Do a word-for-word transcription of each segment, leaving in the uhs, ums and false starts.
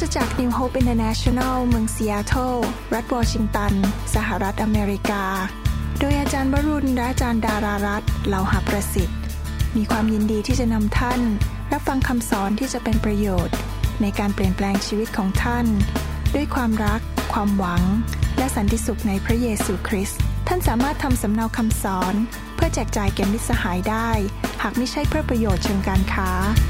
จักร New Hope International เมืองซีแอตเทิลรัฐวอชิงตันสหรัฐอเมริกาโดยอาจารย์วรุณและอาจารย์ดารารัตน์เหล่าหประสิทธิ์มีความยินดีที่จะนำท่านรับฟังคำสอนที่จะเป็นประโยชน์ในการเปลี่ยนแปลงชีวิตของท่านด้วยความรักความหวังและสันติสุขในพระเยซูคริสต์ท่านสามารถทำสำเนาคำสอนเพื่อแจกจ่ายแก่มิตรสหายได้หากไม่ใช่เพื่อประโยชน์เชิงการค้า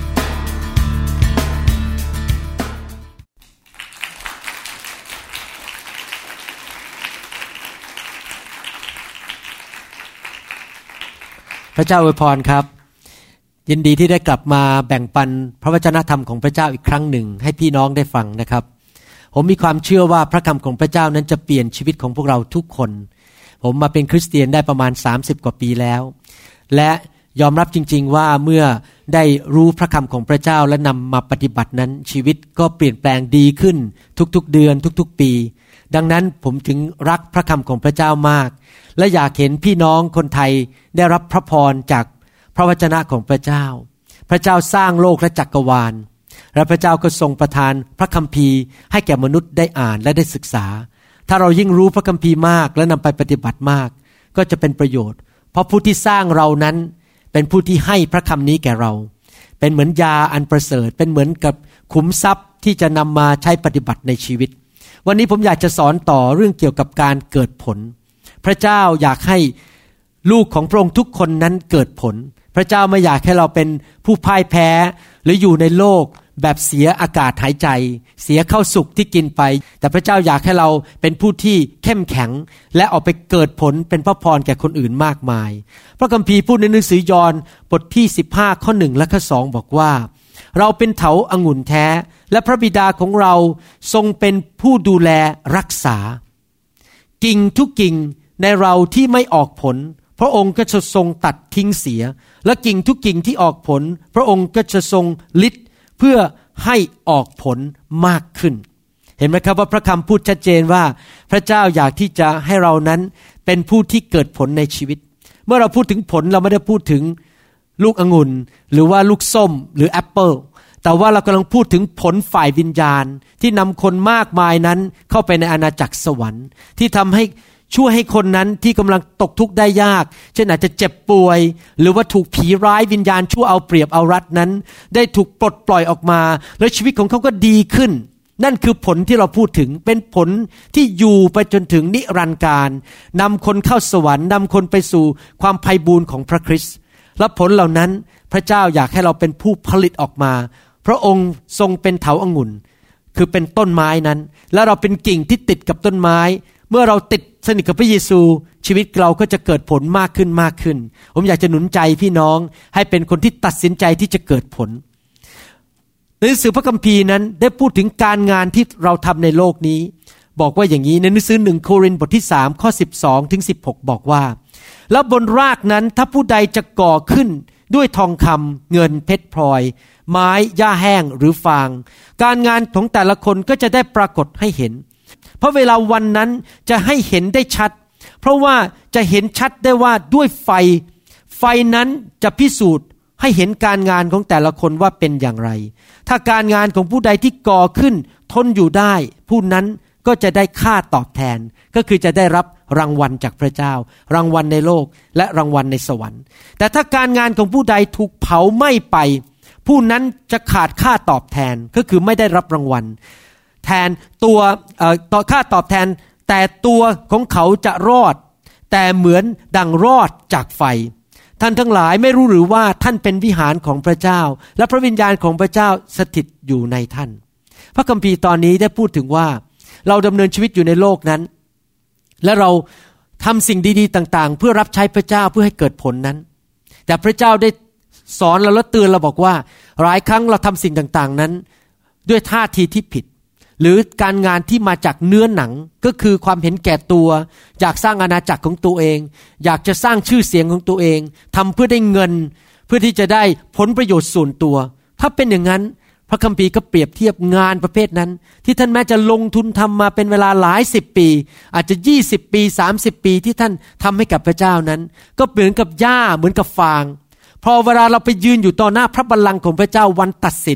พระเจ้าอวยพรครับยินดีที่ได้กลับมาแบ่งปันพระวจนะธรรมของพระเจ้าอีกครั้งหนึ่งให้พี่น้องได้ฟังนะครับผมมีความเชื่อว่าพระคำของพระเจ้านั้นจะเปลี่ยนชีวิตของพวกเราทุกคนผมมาเป็นคริสเตียนได้ประมาณสามสิบกว่าปีแล้วและยอมรับจริงๆว่าเมื่อได้รู้พระคำของพระเจ้าและนำมาปฏิบัตินั้นชีวิตก็เปลี่ยนแปลงดีขึ้นทุกๆเดือนทุกๆปีดังนั้นผมถึงรักพระคำของพระเจ้ามากและอยากเห็นพี่น้องคนไทยได้รับพระพรจากพระวจนะของพระเจ้าพระเจ้าสร้างโลกและจักรวาลและพระเจ้าก็ทรงประทานพระคัมภีร์ให้แก่มนุษย์ได้อ่านและได้ศึกษาถ้าเรายิ่งรู้พระคัมภีร์มากและนำไปปฏิบัติมากก็จะเป็นประโยชน์เพราะผู้ที่สร้างเรานั้นเป็นผู้ที่ให้พระคำนี้แก่เราเป็นเหมือนยาอันประเสริฐเป็นเหมือนกับขุมทรัพย์ที่จะนำมาใช้ปฏิบัติในชีวิตวันนี้ผมอยากจะสอนต่อเรื่องเกี่ยวกับการเกิดผลพระเจ้าอยากให้ลูกของพระองค์ทุกคนนั้นเกิดผลพระเจ้าไม่อยากให้เราเป็นผู้พ่ายแพ้หรืออยู่ในโลกแบบเสียอากาศหายใจเสียข้าวสุกที่กินไปแต่พระเจ้าอยากให้เราเป็นผู้ที่เข้มแข็งและออกไปเกิดผลเป็นพระพรแก่คนอื่นมากมายพระคัมภีร์พูดในหนังสือยอห์นบทที่สิบห้าข้อหนึ่งและข้อสองบอกว่าเราเป็นเถาองุ่นแท้และพระบิดาของเราทรงเป็นผู้ดูแลรักษากิ่งทุกกิ่งในเราที่ไม่ออกผลพระองค์ก็จะทรงตัดทิ้งเสียและกิ่งทุกกิ่งที่ออกผลพระองค์ก็จะทรงลิดเพื่อให้ออกผลมากขึ้นเห็นไหมครับว่าพระคำพูดชัดเจนว่าพระเจ้าอยากที่จะให้เรานั้นเป็นผู้ที่เกิดผลในชีวิตเมื่อเราพูดถึงผลเราไม่ได้พูดถึงลูกองุ่นหรือว่าลูกส้มหรือแอปเปิลแต่ว่าเรากำลังพูดถึงผลฝ่ายวิญญาณที่นำคนมากมายนั้นเข้าไปในอาณาจักรสวรรค์ที่ทำให้ช่วยให้คนนั้นที่กำลังตกทุกข์ได้ยากเช่นอาจจะเจ็บป่วยหรือว่าถูกผีร้ายวิญญาณชั่วเอาเปรียบเอารัดนั้นได้ถูกปลดปล่อยออกมาและชีวิตของเขาก็ดีขึ้นนั่นคือผลที่เราพูดถึงเป็นผลที่อยู่ไปจนถึงนิรันดร์กาลนำคนเข้าสวรรค์นำคนไปสู่ความไพบูลย์ของพระคริสต์และผลเหล่านั้นพระเจ้าอยากให้เราเป็นผู้ผลิตออกมาพระองค์ทรงเป็นเถาองุ่นคือเป็นต้นไม้นั้นและเราเป็นกิ่งที่ติดกับต้นไม้เมื่อเราติดสนิทกับพระเยซูชีวิตเราก็จะเกิดผลมากขึ้นมากขึ้นผมอยากจะหนุนใจพี่น้องให้เป็นคนที่ตัดสินใจที่จะเกิดผลในหนังสือพระคัมภีร์นั้นได้พูดถึงการงานที่เราทำในโลกนี้บอกว่าอย่างนี้ในหนังสือหนึ่งโครินธ์บทที่สามข้อสิบสองถึงสิบหกบอกว่าแล้วบนรากนั้นถ้าผู้ใดจะก่อขึ้นด้วยทองคำเงินเพชรพลอยไม้หญ้าแห้งหรือฟางการงานของแต่ละคนก็จะได้ปรากฏให้เห็นเพราะเวลาวันนั้นจะให้เห็นได้ชัดเพราะว่าจะเห็นชัดได้ว่าด้วยไฟไฟนั้นจะพิสูจน์ให้เห็นการงานของแต่ละคนว่าเป็นอย่างไรถ้าการงานของผู้ใดที่ก่อขึ้นทนอยู่ได้ผู้นั้นก็จะได้ค่าตอบแทนก็คือจะได้รับรางวัลจากพระเจ้ารางวัลในโลกและรางวัลในสวรรค์แต่ถ้าการงานของผู้ใดถูกเผาไหม้ไปผู้นั้นจะขาดค่าตอบแทนก็คือไม่ได้รับรางวัลแทนตัวเอ่อต่อค่าตอบแทนแต่ตัวของเขาจะรอดแต่เหมือนดังรอดจากไฟท่านทั้งหลายไม่รู้หรือว่าท่านเป็นวิหารของพระเจ้าและพระวิญญาณของพระเจ้าสถิตอยู่ในท่านพระคัมภีร์ตอนนี้ได้พูดถึงว่าเราดำเนินชีวิตอยู่ในโลกนั้นและเราทำสิ่งดีๆต่างๆเพื่อรับใช้พระเจ้าเพื่อให้เกิดผลนั้นแต่พระเจ้าได้สอนเราและเตือนเราบอกว่าหลายครั้งเราทำสิ่งต่างๆนั้นด้วยท่าทีที่ผิดหรือการงานที่มาจากเนื้อหนังก็คือความเห็นแก่ตัวอยากสร้างอาณาจักรของตัวเองอยากจะสร้างชื่อเสียงของตัวเองทำเพื่อได้เงินเพื่อที่จะได้ผลประโยชน์ส่วนตัวถ้าเป็นอย่างนั้นพระคัมภีร์ก็เปรียบเทียบงานประเภทนั้นที่ท่านแม้จะลงทุนทำมาเป็นเวลาหลายสิบปีอาจจะยี่สิบปีสามสิบปีที่ท่านทำให้กับพระเจ้านั้นก็เหมือนกับหญ้าเหมือนกับฟางพอเวลาเราไปยืนอยู่ต่อหน้าพระบัลลังก์ของพระเจ้าวันตัดสิน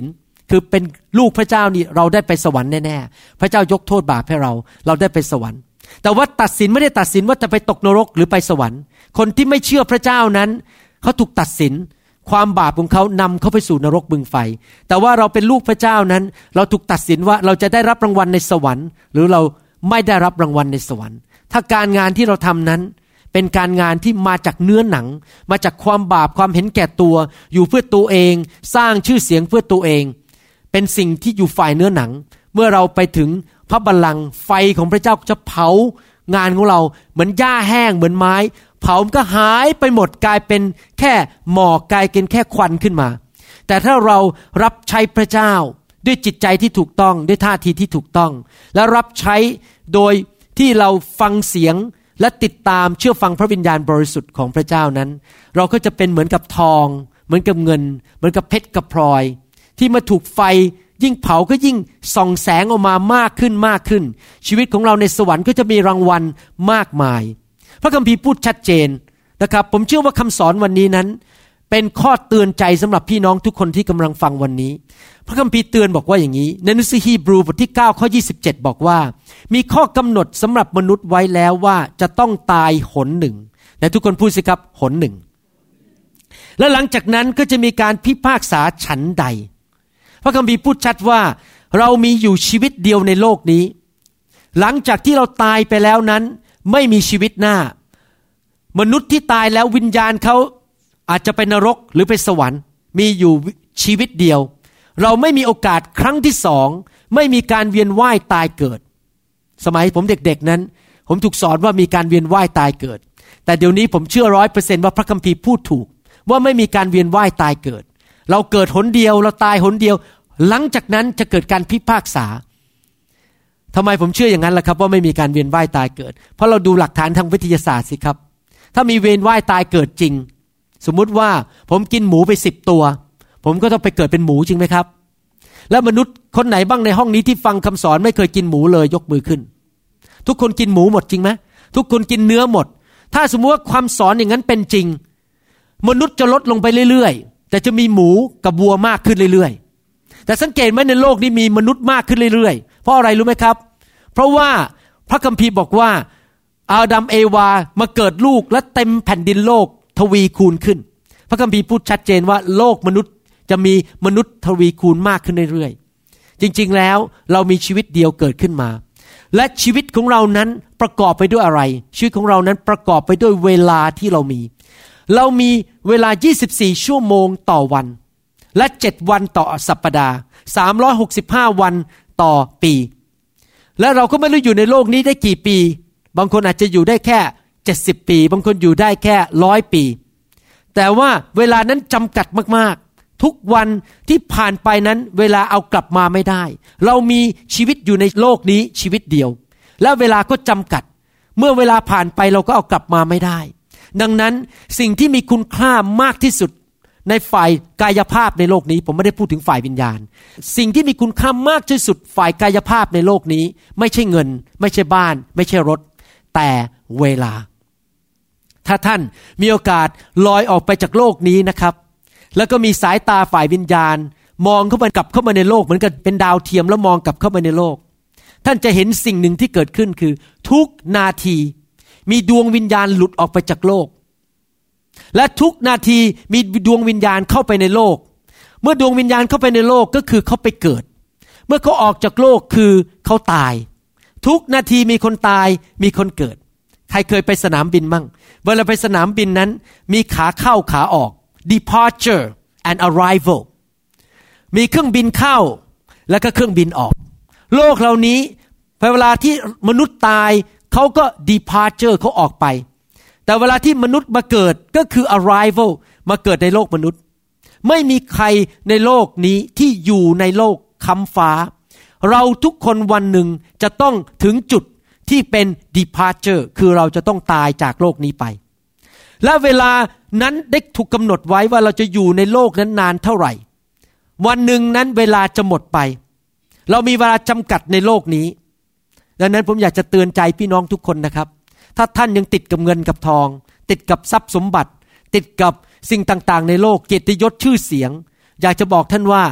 คือเป็นลูกพระเจ้านี่เราได้ไปสวรรค์แน่ๆพระเจ้ายกโทษบาปให้เราเราได้ไปสวรรค์แต่ว่าตัดสินไม่ได้ตัดสินว่าจะไปตกนรกหรือไปสวรรค์คนที่ไม่เชื่อพระเจ้านั้นเขาถูกตัดสินความบาปของเขานำเขาไปสู่นรกบึงไฟแต่ว่าเราเป็นลูกพระเจ้านั้นเราถูกตัดสินว่าเราจะได้รับรางวัลในสวรรค์หรือเราไม่ได้รับรางวัลในสวรรค์ถ้าการงานที่เราทำนั้นเป็นการงานที่มาจากเนื้อหนังมาจากความบาปความเห็นแก่ตัวอยู่เพื่อตัวเองสร้างชื่อเสียงเพื่อตัวเองเป็นสิ่งที่อยู่ฝ่ายเนื้อหนังเมื่อเราไปถึงพระบัลลังก์ไฟของพระเจ้าจะเผางานของเราเหมือนหญ้าแห้งเหมือนไม้เผามันก็หายไปหมดกลายเป็นแค่หมอกกลายเป็นแค่ควันขึ้นมาแต่ถ้าเรารับใช้พระเจ้าด้วยจิตใจที่ถูกต้องด้วยท่าทีที่ถูกต้องและรับใช้โดยที่เราฟังเสียงและติดตามเชื่อฟังพระวิญญาณบริสุทธิ์ของพระเจ้านั้นเราก็จะเป็นเหมือนกับทองเหมือนกับเงินเหมือนกับเพชรกับพลอยที่มาถูกไฟยิ่งเผาก็ยิ่งส่องแสงออกมามากขึ้นมากขึ้นชีวิตของเราในสวรรค์ก็จะมีรางวัลมากมายพระคัมภีร์พูดชัดเจนนะครับผมเชื่อว่าคำสอนวันนี้นั้นเป็นข้อเตือนใจสำหรับพี่น้องทุกคนที่กำลังฟังวันนี้พระคัมภีร์เตือนบอกว่าอย่างนี้ในหนังสือฮีบรูบทที่เก้าข้อยี่สิบเจ็ดบอกว่ามีข้อกำหนดสำหรับมนุษย์ไว้แล้วว่าจะต้องตายหนหนึ่งและทุกคนพูดสิครับหนหนึ่งและหลังจากนั้นก็จะมีการพิพากษาฉันใดพระคัมภีร์พูดชัดว่าเรามีอยู่ชีวิตเดียวในโลกนี้หลังจากที่เราตายไปแล้วนั้นไม่มีชีวิตหน้ามนุษย์ที่ตายแล้ววิญญาณเขาอาจจะไปนรกหรือไปสวรรค์มีอยู่ชีวิตเดียวเราไม่มีโอกาสครั้งที่สองไม่มีการเวียนว่ายตายเกิดสมัยผมเด็กๆนั้นผมถูกสอนว่ามีการเวียนว่ายตายเกิดแต่เดี๋ยวนี้ผมเชื่อ ร้อยเปอร์เซ็นต์ ว่าพระคัมภีร์พูดถูกว่าไม่มีการเวียนว่ายตายเกิดเราเกิดหนเดียวเราตายหนเดียวหลังจากนั้นจะเกิดการพิพากษาทำไมผมเชื่ออย่างนั้นล่ะครับว่าไม่มีการเวียนว่ายตายเกิดเพราะเราดูหลักฐานทางวิทยาศาสตร์สิครับถ้ามีเวียนว่ายตายเกิดจริงสมมุติว่าผมกินหมูไปสิบตัวผมก็ต้องไปเกิดเป็นหมูจริงไหมครับแล้วมนุษย์คนไหนบ้างในห้องนี้ที่ฟังคำสอนไม่เคยกินหมูเลยยกมือขึ้นทุกคนกินหมูหมดจริงไหมทุกคนกินเนื้อหมดถ้าสมมติว่าความสอนอย่างนั้นเป็นจริงมนุษย์จะลดลงไปเรื่อยๆแต่จะมีหมูกับวัวมากขึ้นเรื่อยๆแต่สังเกตไหมในโลกนี้มีมนุษย์มากขึ้นเรื่อยๆเพราะอะไรรู้ไหมครับเพราะว่าพระคัมภีร์บอกว่าอาดัมเอวามาเกิดลูกและเต็มแผ่นดินโลกทวีคูณขึ้นพระคัมภีร์พูดชัดเจนว่าโลกมนุษย์จะมีมนุษย์ทวีคูณมากขึ้นเรื่อยๆจริงๆแล้วเรามีชีวิตเดียวเกิดขึ้นมาและชีวิตของเรานั้นประกอบไปด้วยอะไรชีวิตของเรานั้นประกอบไปด้วยเวลาที่เรามีเรามีเวลายี่สิบสี่ชั่วโมงต่อวันและเจ็ดวันต่อสัปดาห์สามร้อยหกสิบห้าวันต่อปีและเราก็ไม่รู้อยู่ในโลกนี้ได้กี่ปีบางคนอาจจะอยู่ได้แค่เจ็ดสิบปีบางคนอยู่ได้แค่หนึ่งร้อยปีแต่ว่าเวลานั้นจำกัดมากๆทุกวันที่ผ่านไปนั้นเวลาเอากลับมาไม่ได้เรามีชีวิตอยู่ในโลกนี้ชีวิตเดียวและเวลาก็จำกัดเมื่อเวลาผ่านไปเราก็เอากลับมาไม่ได้ดังนั้นสิ่งที่มีคุณค่ามากที่สุดในฝ่ายกายภาพในโลกนี้ผมไม่ได้พูดถึงฝ่ายวิญญาณสิ่งที่มีคุณค่ามากที่สุดฝ่ายกายภาพในโลกนี้ไม่ใช่เงินไม่ใช่บ้านไม่ใช่รถแต่เวลาถ้าท่านมีโอกาสลอยออกไปจากโลกนี้นะครับแล้วก็มีสายตาฝ่ายวิญญาณมองเข้าไปกลับเข้ามาในโลกเหมือนกับเป็นดาวเทียมแล้วมองกลับเข้ามาในโลกท่านจะเห็นสิ่งหนึ่งที่เกิดขึ้นคือทุกนาทีมีดวงวิญญาณหลุดออกไปจากโลกและทุกนาทีมีดวงวิญญาณเข้าไปในโลกเมื่อดวงวิญญาณเข้าไปในโลกก็คือเขาไปเกิดเมื่อเขาออกจากโลกคือเขาตายทุกนาทีมีคนตายมีคนเกิดใครเคยไปสนามบินมั่งเวลาไปสนามบินนั้นมีขาเข้าขาออก departure and arrival มีเครื่องบินเข้าแล้วก็เครื่องบินออกโลกเหล่านี้เวลาที่มนุษย์ตายเขาก็ departure เขาออกไปแต่เวลาที่มนุษย์มาเกิดก็คือ arrival มาเกิดในโลกมนุษย์ไม่มีใครในโลกนี้ที่อยู่ในโลกค้ำฟ้าเราทุกคนวันหนึ่งจะต้องถึงจุดที่เป็น departure คือเราจะต้องตายจากโลกนี้ไปและเวลานั้นได้ถูกกำหนดไว้ว่าเราจะอยู่ในโลกนั้นนานเท่าไหร่วันหนึ่งนั้นเวลาจะหมดไปเรามีเวลาจำกัดในโลกนี้ดังนั้นผมอยากจะเตือนใจพี่น้องทุกคนนะครับถ้าท่านยังติดกับเงินกับทองติดกับทรัพย์สมบัติติดกับสิ่งต่างๆในโลกเกียรติยศชื่อเสียงอยากจะบอกท่านว่า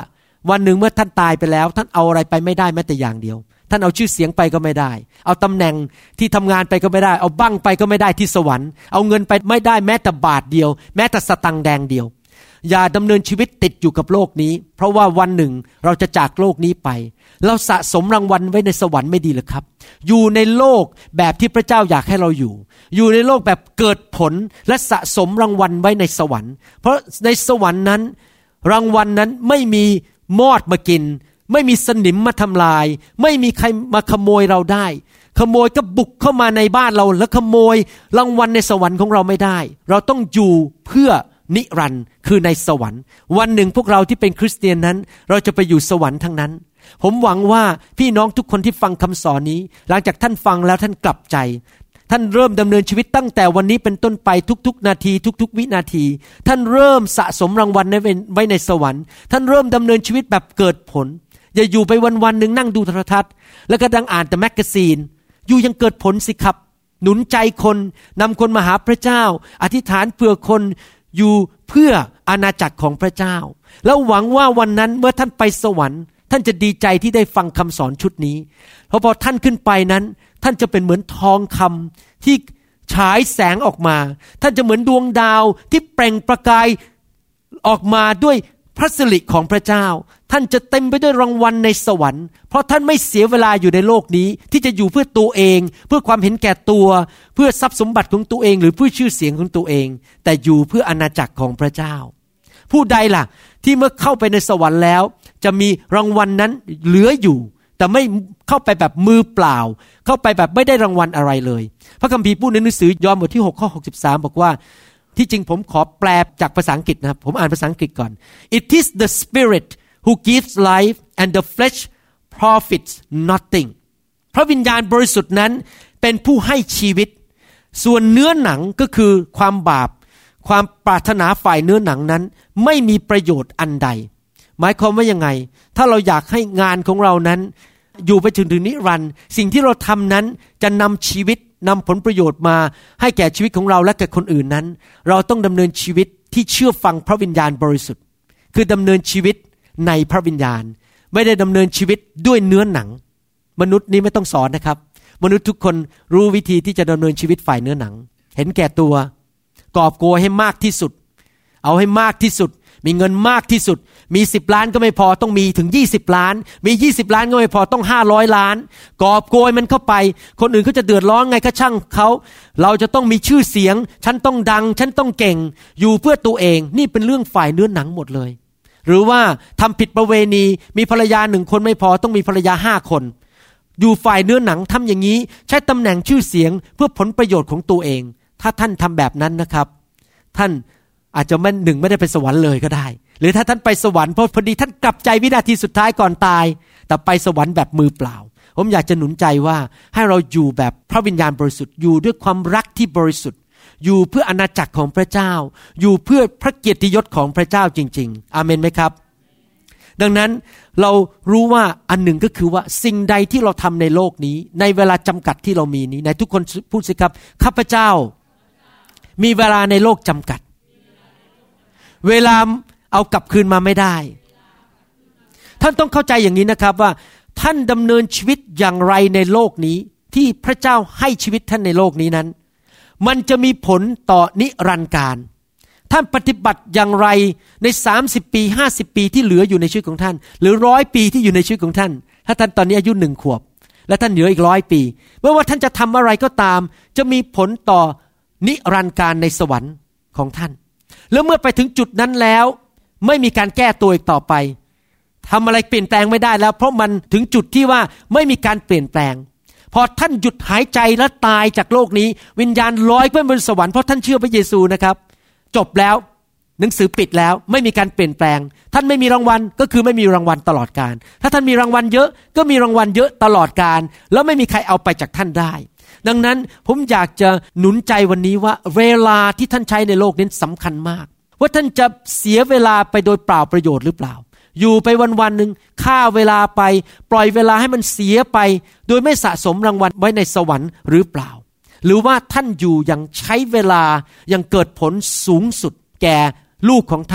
วันหนึ่งเมื่อท่านตายไปแล้วท่านเอาอะไรไปไม่ได้แม้แต่อย่างเดียวท่านเอาชื่อเสียงไปก็ไม่ได้เอาตำแหน่งที่ทำงานไปก็ไม่ได้เอาบั้งไปก็ไม่ได้ที่สวรรค์เอาเงินไปไม่ได้แม้แต่บาทเดียวแม้แต่สตังค์แดงเดียวอย่าดำเนินชีวิตติดอยู่กับโลกนี้เพราะว่าวันหนึ่งเราจะจากโลกนี้ไปเราสะสมรางวัลไว้ในสวรรค์ไม่ดีหรือครับอยู่ในโลกแบบที่พระเจ้าอยากให้เราอยู่อยู่ในโลกแบบเกิดผลและสะสมรางวัลไว้ในสวรรค์เพราะในสวรรค์นั้นรางวัลนั้นไม่มีมอดมากินไม่มีสนิมมาทำลายไม่มีใครมาขโมยเราได้ขโมยก็บุกเข้ามาในบ้านเราแล้วขโมยรางวัลในสวรรค์ของเราไม่ได้เราต้องอยู่เพื่อนิรันดร์คือในสวรรค์วันหนึ่งพวกเราที่เป็นคริสเตียนนั้นเราจะไปอยู่สวรรค์ทั้งนั้นผมหวังว่าพี่น้องทุกคนที่ฟังคำสอนนี้หลังจากท่านฟังแล้วท่านกลับใจท่านเริ่มดำเนินชีวิตตั้งแต่วันนี้เป็นต้นไปทุกๆนาทีทุกๆวินาทีท่านเริ่มสะสมรางวัลไว้ในสวรรค์ท่านเริ่มดำเนินชีวิตแบบเกิดผลอย่าอยู่ไปวันๆนึงนั่งดูโทรทัศน์แล้วก็ดังอ่านแต่แมกกาซีนอยู่ยังเกิดผลสิครับหนุนใจคนนำคนมาหาพระเจ้าอธิษฐานเพื่อคนอยู่เพื่ออาณาจักรของพระเจ้าแล้วหวังว่าวันนั้นเมื่อท่านไปสวรรค์ท่านจะดีใจที่ได้ฟังคำสอนชุดนี้เพราะพอท่านขึ้นไปนั้นท่านจะเป็นเหมือนทองคำที่ฉายแสงออกมาท่านจะเหมือนดวงดาวที่เปล่งประกายออกมาด้วยพระสิริของพระเจ้าท่านจะเต็มไปด้วยรางวัลในสวรรค์เพราะท่านไม่เสียเวลาอยู่ในโลกนี้ที่จะอยู่เพื่อตัวเองเพื่อความเห็นแก่ตัวเพื่อทรัพย์สมบัติของตัวเองหรือเพื่อชื่อเสียงของตัวเองแต่อยู่เพื่ออาณาจักรของพระเจ้าผู้ใดล่ะที่เมื่อเข้าไปในสวรรค์แล้วจะมีรางวัลนั้นเหลืออยู่แต่ไม่เข้าไปแบบมือเปล่าเข้าไปแบบไม่ได้รางวัลอะไรเลยพระคัมภีร์พูดในหนังสือยอห์นบทที่หกข้อหกสิบสามบอกว่าที่จริงผมขอแปลจากภาษาอังกฤษนะครับผมอ่านภาษาอังกฤษก่อน It is the spirit who gives life and the flesh profits nothing พระวิญญาณบริสุทธิ์นั้นเป็นผู้ให้ชีวิตส่วนเนื้อหนังก็คือความบาปความปรารถนาฝ่ายเนื้อหนังนั้นไม่มีประโยชน์อันใดหมายความว่ายังไงถ้าเราอยากให้งานของเรานั้นอยู่ไปถึงถึงนิรันดร์สิ่งที่เราทำนั้นจะนำชีวิตนำผลประโยชน์มาให้แก่ชีวิตของเราและแก่คนอื่นนั้นเราต้องดำเนินชีวิตที่เชื่อฟังพระวิญญาณบริสุทธิ์คือดำเนินชีวิตในพระวิญญาณไม่ได้ดำเนินชีวิตด้วยเนื้อหนังมนุษย์นี้ไม่ต้องสอนนะครับมนุษย์ทุกคนรู้วิธีที่จะดำเนินชีวิตฝ่ายเนื้อหนังเห็นแก่ตัวกอบโกยให้มากที่สุดเอาให้มากที่สุดมีเงินมากที่สุดมีสิบล้านก็ไม่พอต้องมีถึงยี่สิบล้านมียี่สิบล้านก็ไม่พอต้องห้าร้อยล้านกอบโกยมันเข้าไปคนอื่นเขาจะเดือดร้อนไงก็ช่างเขาเราจะต้องมีชื่อเสียงฉันต้องดังฉันต้องเก่งอยู่เพื่อตัวเองนี่เป็นเรื่องฝ่ายเนื้อหนังหมดเลยหรือว่าทำผิดประเวณีมีภรรยาหนึ่งคนไม่พอต้องมีภรรยาห้าคนอยู่ฝ่ายเนื้อหนังทำอย่างนี้ใช้ตำแหน่งชื่อเสียงเพื่อผลประโยชน์ของตัวเองถ้าท่านทำแบบนั้นนะครับท่านอาจจะไม่หนึ่งไม่ได้ไปสวรรค์เลยก็ได้หรือถ้าท่านไปสวรรค์เพราะพอดีท่านกลับใจวินาทีสุดท้ายก่อนตายแต่ไปสวรรค์แบบมือเปล่าผมอยากจะหนุนใจว่าให้เราอยู่แบบพระวิญญาณบริสุทธิ์อยู่ด้วยความรักที่บริสุทธิ์อยู่เพื่ออาณาจักรของพระเจ้าอยู่เพื่อพระเกียรติยศของพระเจ้าจริงๆอาเมนไหมครับดังนั้นเรารู้ว่าอันหนึ่งก็คือว่าสิ่งใดที่เราทำในโลกนี้ในเวลาจำกัดที่เรามีนี้ในทุกคนพูดสิครับข้าพเจ้ามีเวลาในโลกจำกัดเวลาเอากลับคืนมาไม่ได้ท่านต้องเข้าใจอย่างนี้นะครับว่าท่านดำเนินชีวิตอย่างไรในโลกนี้ที่พระเจ้าให้ชีวิตท่านในโลกนี้นั้นมันจะมีผลต่อนิรันดร์การท่านปฏิบัติอย่างไรในสามสิบปีห้าสิบปีที่เหลืออยู่ในชีวิตของท่านหรือร้อยปีที่อยู่ในชีวิตของท่านถ้าท่านตอนนี้อายุหนึ่งขวบและท่านเหลืออีกร้อยปีไม่ว่าท่านจะทำอะไรก็ตามจะมีผลต่อนิรันดร์การในสวรรค์ของท่านแล้วเมื่อไปถึงจุดนั้นแล้วไม่มีการแก้ตัวอีกต่อไปทำอะไรเปลี่ยนแปลงไม่ได้แล้วเพราะมันถึงจุดที่ว่าไม่มีการเปลี่ยนแปลงพอท่านหยุดหายใจและตายจากโลกนี้วิญญาณลอยขึ้นบนสวรรค์เพราะท่านเชื่อพระเยซูนะครับจบแล้วหนังสือปิดแล้วไม่มีการเปลี่ยนแปลงท่านไม่มีรางวัลก็คือไม่มีรางวัลตลอดกาลถ้าท่านมีรางวัลเยอะก็มีรางวัลเยอะตลอดกาลแล้วไม่มีใครเอาไปจากท่านได้ดังนั้นผมอยากจะหนุนใจวันนี้ว่าเวลาที่ท่านใช้ในโลกนี้สำคัญมากว่าท่านจะเสียเวลาไปโดยเปล่าประโยชน์หรือเปล่าอยู่ไปวันๆนึงฆ่าเวลาไปปล่อยเวลาให้มันเสียไปโดยไม่สะสมรางวัลไว้ในสวรรค์หรือเปล่าหรือว่าท่านอยู่อย่างใช้เวลาอย่างเกิดผลสูงสุดแก่ลูกของท่านแ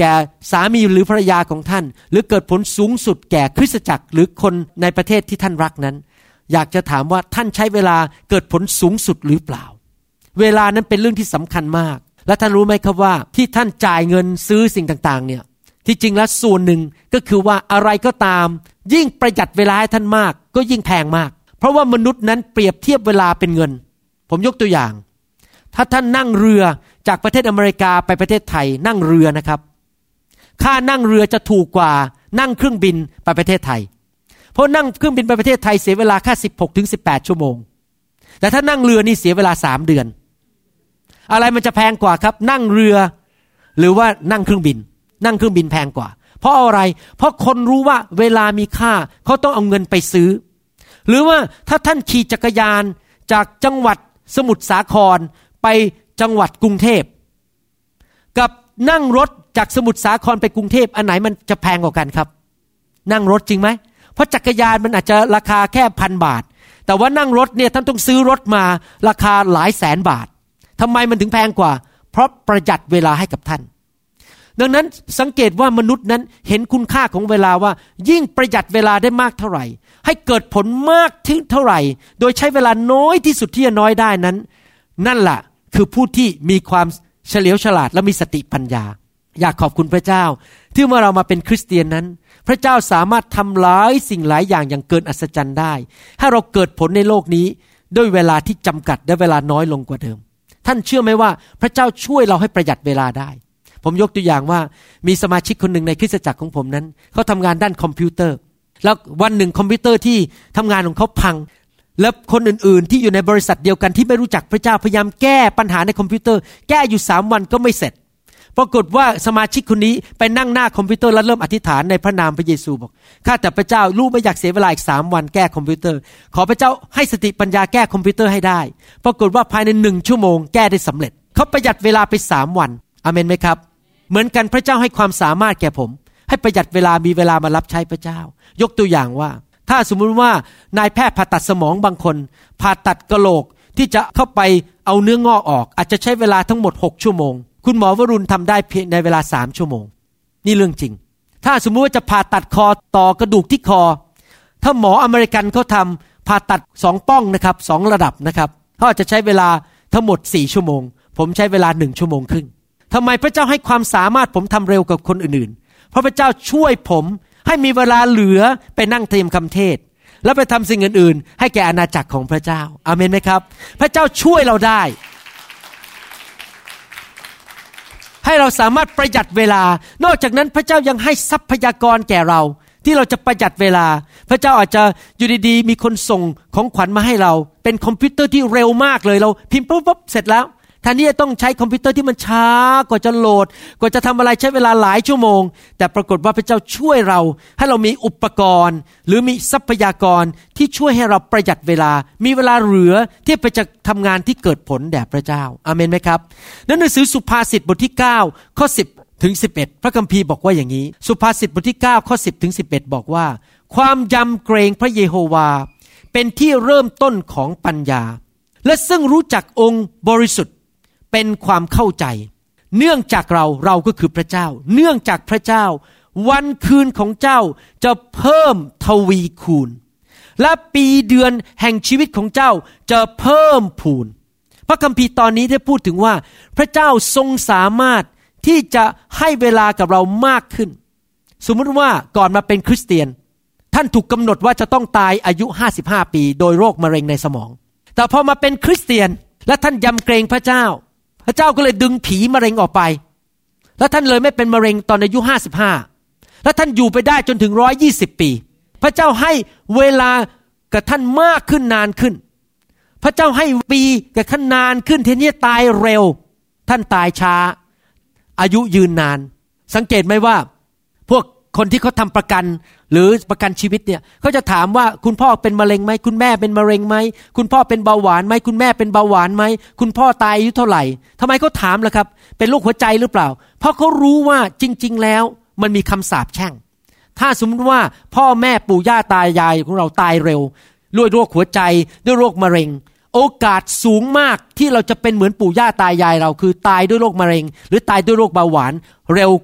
แก่สามีหรือภรรยาของท่านหรือเกิดผลสูงสุดแก่คริสตจักรหรือคนในประเทศที่ท่านรักนั้นอยากจะถามว่าท่านใช้เวลาเกิดผลสูงสุดหรือเปล่าเวลานั้นเป็นเรื่องที่สำคัญมากและท่านรู้ไหมครับว่าที่ท่านจ่ายเงินซื้อสิ่งต่างๆเนี่ยที่จริงแล้วส่วนหนึ่งก็คือว่าอะไรก็ตามยิ่งประหยัดเวลาให้ท่านมากก็ยิ่งแพงมากเพราะว่ามนุษย์นั้นเปรียบเทียบเวลาเป็นเงินผมยกตัวอย่างถ้าท่านนั่งเรือจากประเทศอเมริกาไปประเทศไทยนั่งเรือนะครับค่านั่งเรือจะถูกกว่านั่งเครื่องบินไปประเทศไทยเพราะนั่งเครื่องบินไปประเทศไทยเสียเวลาแค่ สิบหกถึงสิบแปด ชั่วโมงแต่ถ้านั่งเรือนี่เสียเวลาสามเดือนอะไรมันจะแพงกว่าครับนั่งเรือหรือว่านั่งเครื่องบินนั่งเครื่องบินแพงกว่าเพราะอะไรเพราะคนรู้ว่าเวลามีค่าเขาต้องเอาเงินไปซื้อหรือว่าถ้าท่านขี่จักรยานจากจังหวัดสมุทรสาครไปจังหวัดกรุงเทพกับนั่งรถจากสมุทรสาครไปกรุงเทพอันไหนมันจะแพงกว่ากันครับนั่งรถจริงไหมเพราะจักรยานมันอาจจะราคาแค่พันบาทแต่ว่านั่งรถเนี่ยท่านต้องซื้อรถมาราคาหลายแสนบาททำไมมันถึงแพงกว่าเพราะประหยัดเวลาให้กับท่านดังนั้นสังเกตว่ามนุษย์นั้นเห็นคุณค่าของเวลาว่ายิ่งประหยัดเวลาได้มากเท่าไหร่ให้เกิดผลมากถึงเท่าไหร่โดยใช้เวลาน้อยที่สุดที่จะน้อยได้นั้นนั่นแหละคือผู้ที่มีความเฉลียวฉลาดและมีสติปัญญาอยากขอบคุณพระเจ้าที่เมื่อเรามาเป็นคริสเตียนนั้นพระเจ้าสามารถทำหลายสิ่งหลายอย่างอย่างเกินอัศจรรย์ได้ให้เราเกิดผลในโลกนี้ด้วยเวลาที่จำกัดและเวลาน้อยลงกว่าเดิมท่านเชื่อไหมว่าพระเจ้าช่วยเราให้ประหยัดเวลาได้ผมยกตัวอย่างว่ามีสมาชิกคนหนึ่งในคริสตจักรของผมนั้นเขาทำงานด้านคอมพิวเตอร์แล้ววันหนึ่งคอมพิวเตอร์ที่ทำงานของเขาพังแล้วคนอื่นๆที่อยู่ในบริษัทเดียวกันที่ไม่รู้จักพระเจ้าพยายามแก้ปัญหาในคอมพิวเตอร์แก้อยู่สามวันก็ไม่เสร็จปรากฏว่าสมาชิกคนนี้ไปนั่งหน้าคอมพิวเตอร์แล้วเริ่มอธิษฐานในพระนามพระเยซูบอกข้าแต่พระเจ้าลูกไม่อยากเสียเวลาอีกสามวันแก้คอมพิวเตอร์ขอพระเจ้าให้สติปัญญาแก้คอมพิวเตอร์ให้ได้ปรากฏว่าภายในหนึ่งชั่วโมงแก้ได้สำเร็จเขาประหยัดเวลาไปสามวันอาเมนไหมครับเหมือนกันพระเจ้าให้ความสามารถแก่ผมให้ประหยัดเวลามีเวลามารับใช้พระเจ้ายกตัวอย่างว่าถ้าสมมุติว่านายแพทย์ผ่าตัดสมองบางคนผ่าตัดกะโหลกที่จะเข้าไปเอาเนื้องอกออกอาจจะใช้เวลาทั้งหมดหกชั่วโมงคุณหมอวรุณทำได้เพียงในเวลาสามชั่วโมงนี่เรื่องจริงถ้าสมมุติว่าจะผ่าตัดคอต่อกระดูกที่คอถ้าหมออเมริกันเขาทำผ่าตัดสองป้องนะครับสองระดับนะครับเขาอาจจะใช้เวลาทั้งหมดสี่ชั่วโมงผมใช้เวลาหนึ่งชั่วโมงครึ่งทำไมพระเจ้าให้ความสามารถผมทำเร็วกว่าคนอื่นๆเพราะพระเจ้าช่วยผมให้มีเวลาเหลือไปนั่งเตรียมคำเทศแล้วไปทำสิ่งอื่นๆให้แก่อาณาจักรของพระเจ้าอาเมนไหมครับพระเจ้าช่วยเราได้ให้เราสามารถประหยัดเวลานอกจากนั้นพระเจ้ายังให้ทรัพยากรแก่เราที่เราจะประหยัดเวลาพระเจ้าอาจจะอยู่ดีๆมีคนส่งของขวัญมาให้เราเป็นคอมพิวเตอร์ที่เร็วมากเลยเราพิมพ์ปุ๊บๆเสร็จแล้วแทนที่จะต้องใช้คอมพิวเตอร์ที่มันช้ากว่าจะโหลดกว่าจะทำอะไรใช้เวลาหลายชั่วโมงแต่ปรากฏว่าพระเจ้าช่วยเราให้เรามีอุปกรณ์หรือมีทรัพยากรที่ช่วยให้เราประหยัดเวลามีเวลาเหลือที่ไปจะทำงานที่เกิดผลแด่พระเจ้าอาเมนไหมครับในหนังสือสุภาษิตบทที่เก้าข้อสิบถึงสิบเอ็ดพระคัมภีร์บอกว่าอย่างนี้สุภาษิตบทที่เก้าข้อสิบถึงสิบเอ็ดบอกว่าความยำเกรงพระเยโฮวาเป็นที่เริ่มต้นของปัญญาและซึ่งรู้จักองค์บริสุทธิ์เป็นความเข้าใจเนื่องจากเราเราก็คือพระเจ้าเนื่องจากพระเจ้าวันคืนของเจ้าจะเพิ่มทวีคูณและปีเดือนแห่งชีวิตของเจ้าจะเพิ่มพูนพระคัมภีร์ตอนนี้ได้พูดถึงว่าพระเจ้าทรงสามารถที่จะให้เวลากับเรามากขึ้นสมมุติว่าก่อนมาเป็นคริสเตียนท่านถูกกำหนดว่าจะต้องตายอายุห้าสิบห้าปีโดยโรคมะเร็งในสมองแต่พอมาเป็นคริสเตียนและท่านยำเกรงพระเจ้าพระเจ้าก็เลยดึงผีมะเร็งออกไปแล้วท่านเลยไม่เป็นมะเร็งตอนอายุห้าสิบห้าแล้วท่านอยู่ไปได้จนถึงหนึ่งร้อยยี่สิบปีพระเจ้าให้เวลากับท่านมากขึ้นนานขึ้นพระเจ้าให้ปีกับท่านนานขึ้นแทนที่จะตายเร็วท่านตายช้าอายุยืนนานสังเกตไหมว่าพวกคนที่เขาทำประกันหรือประกันชีวิตเนี่ยเขาจะถามว่าคุณพ่อเป็นมะเร็งไหมคุณแม่เป็นมะเร็งไหมคุณพ่อเป็นเบาหวานไหมคุณแม่เป็นเบาหวานไหมคุณพ่อตายอายุเท่าไหร่ทำไมเขาถามล่ะครับเป็นโรคหัวใจหรือเปล่าเพราะเขารู้ว่าจริงๆแล้วมันมีคำสาปแช่งถ้าสมมติว่าพ่อแม่ปู่ย่าตายายของเราตายเร็วด้วยโรคหัวใจด้วยโรคมะเร็งโอกาสสูงมากที่เราจะเป็นเหมือนปู่ย่าตายายเราคือตายด้วยโรคมะเร็งหรือตายด้วยโรคเบาหวานเร็ว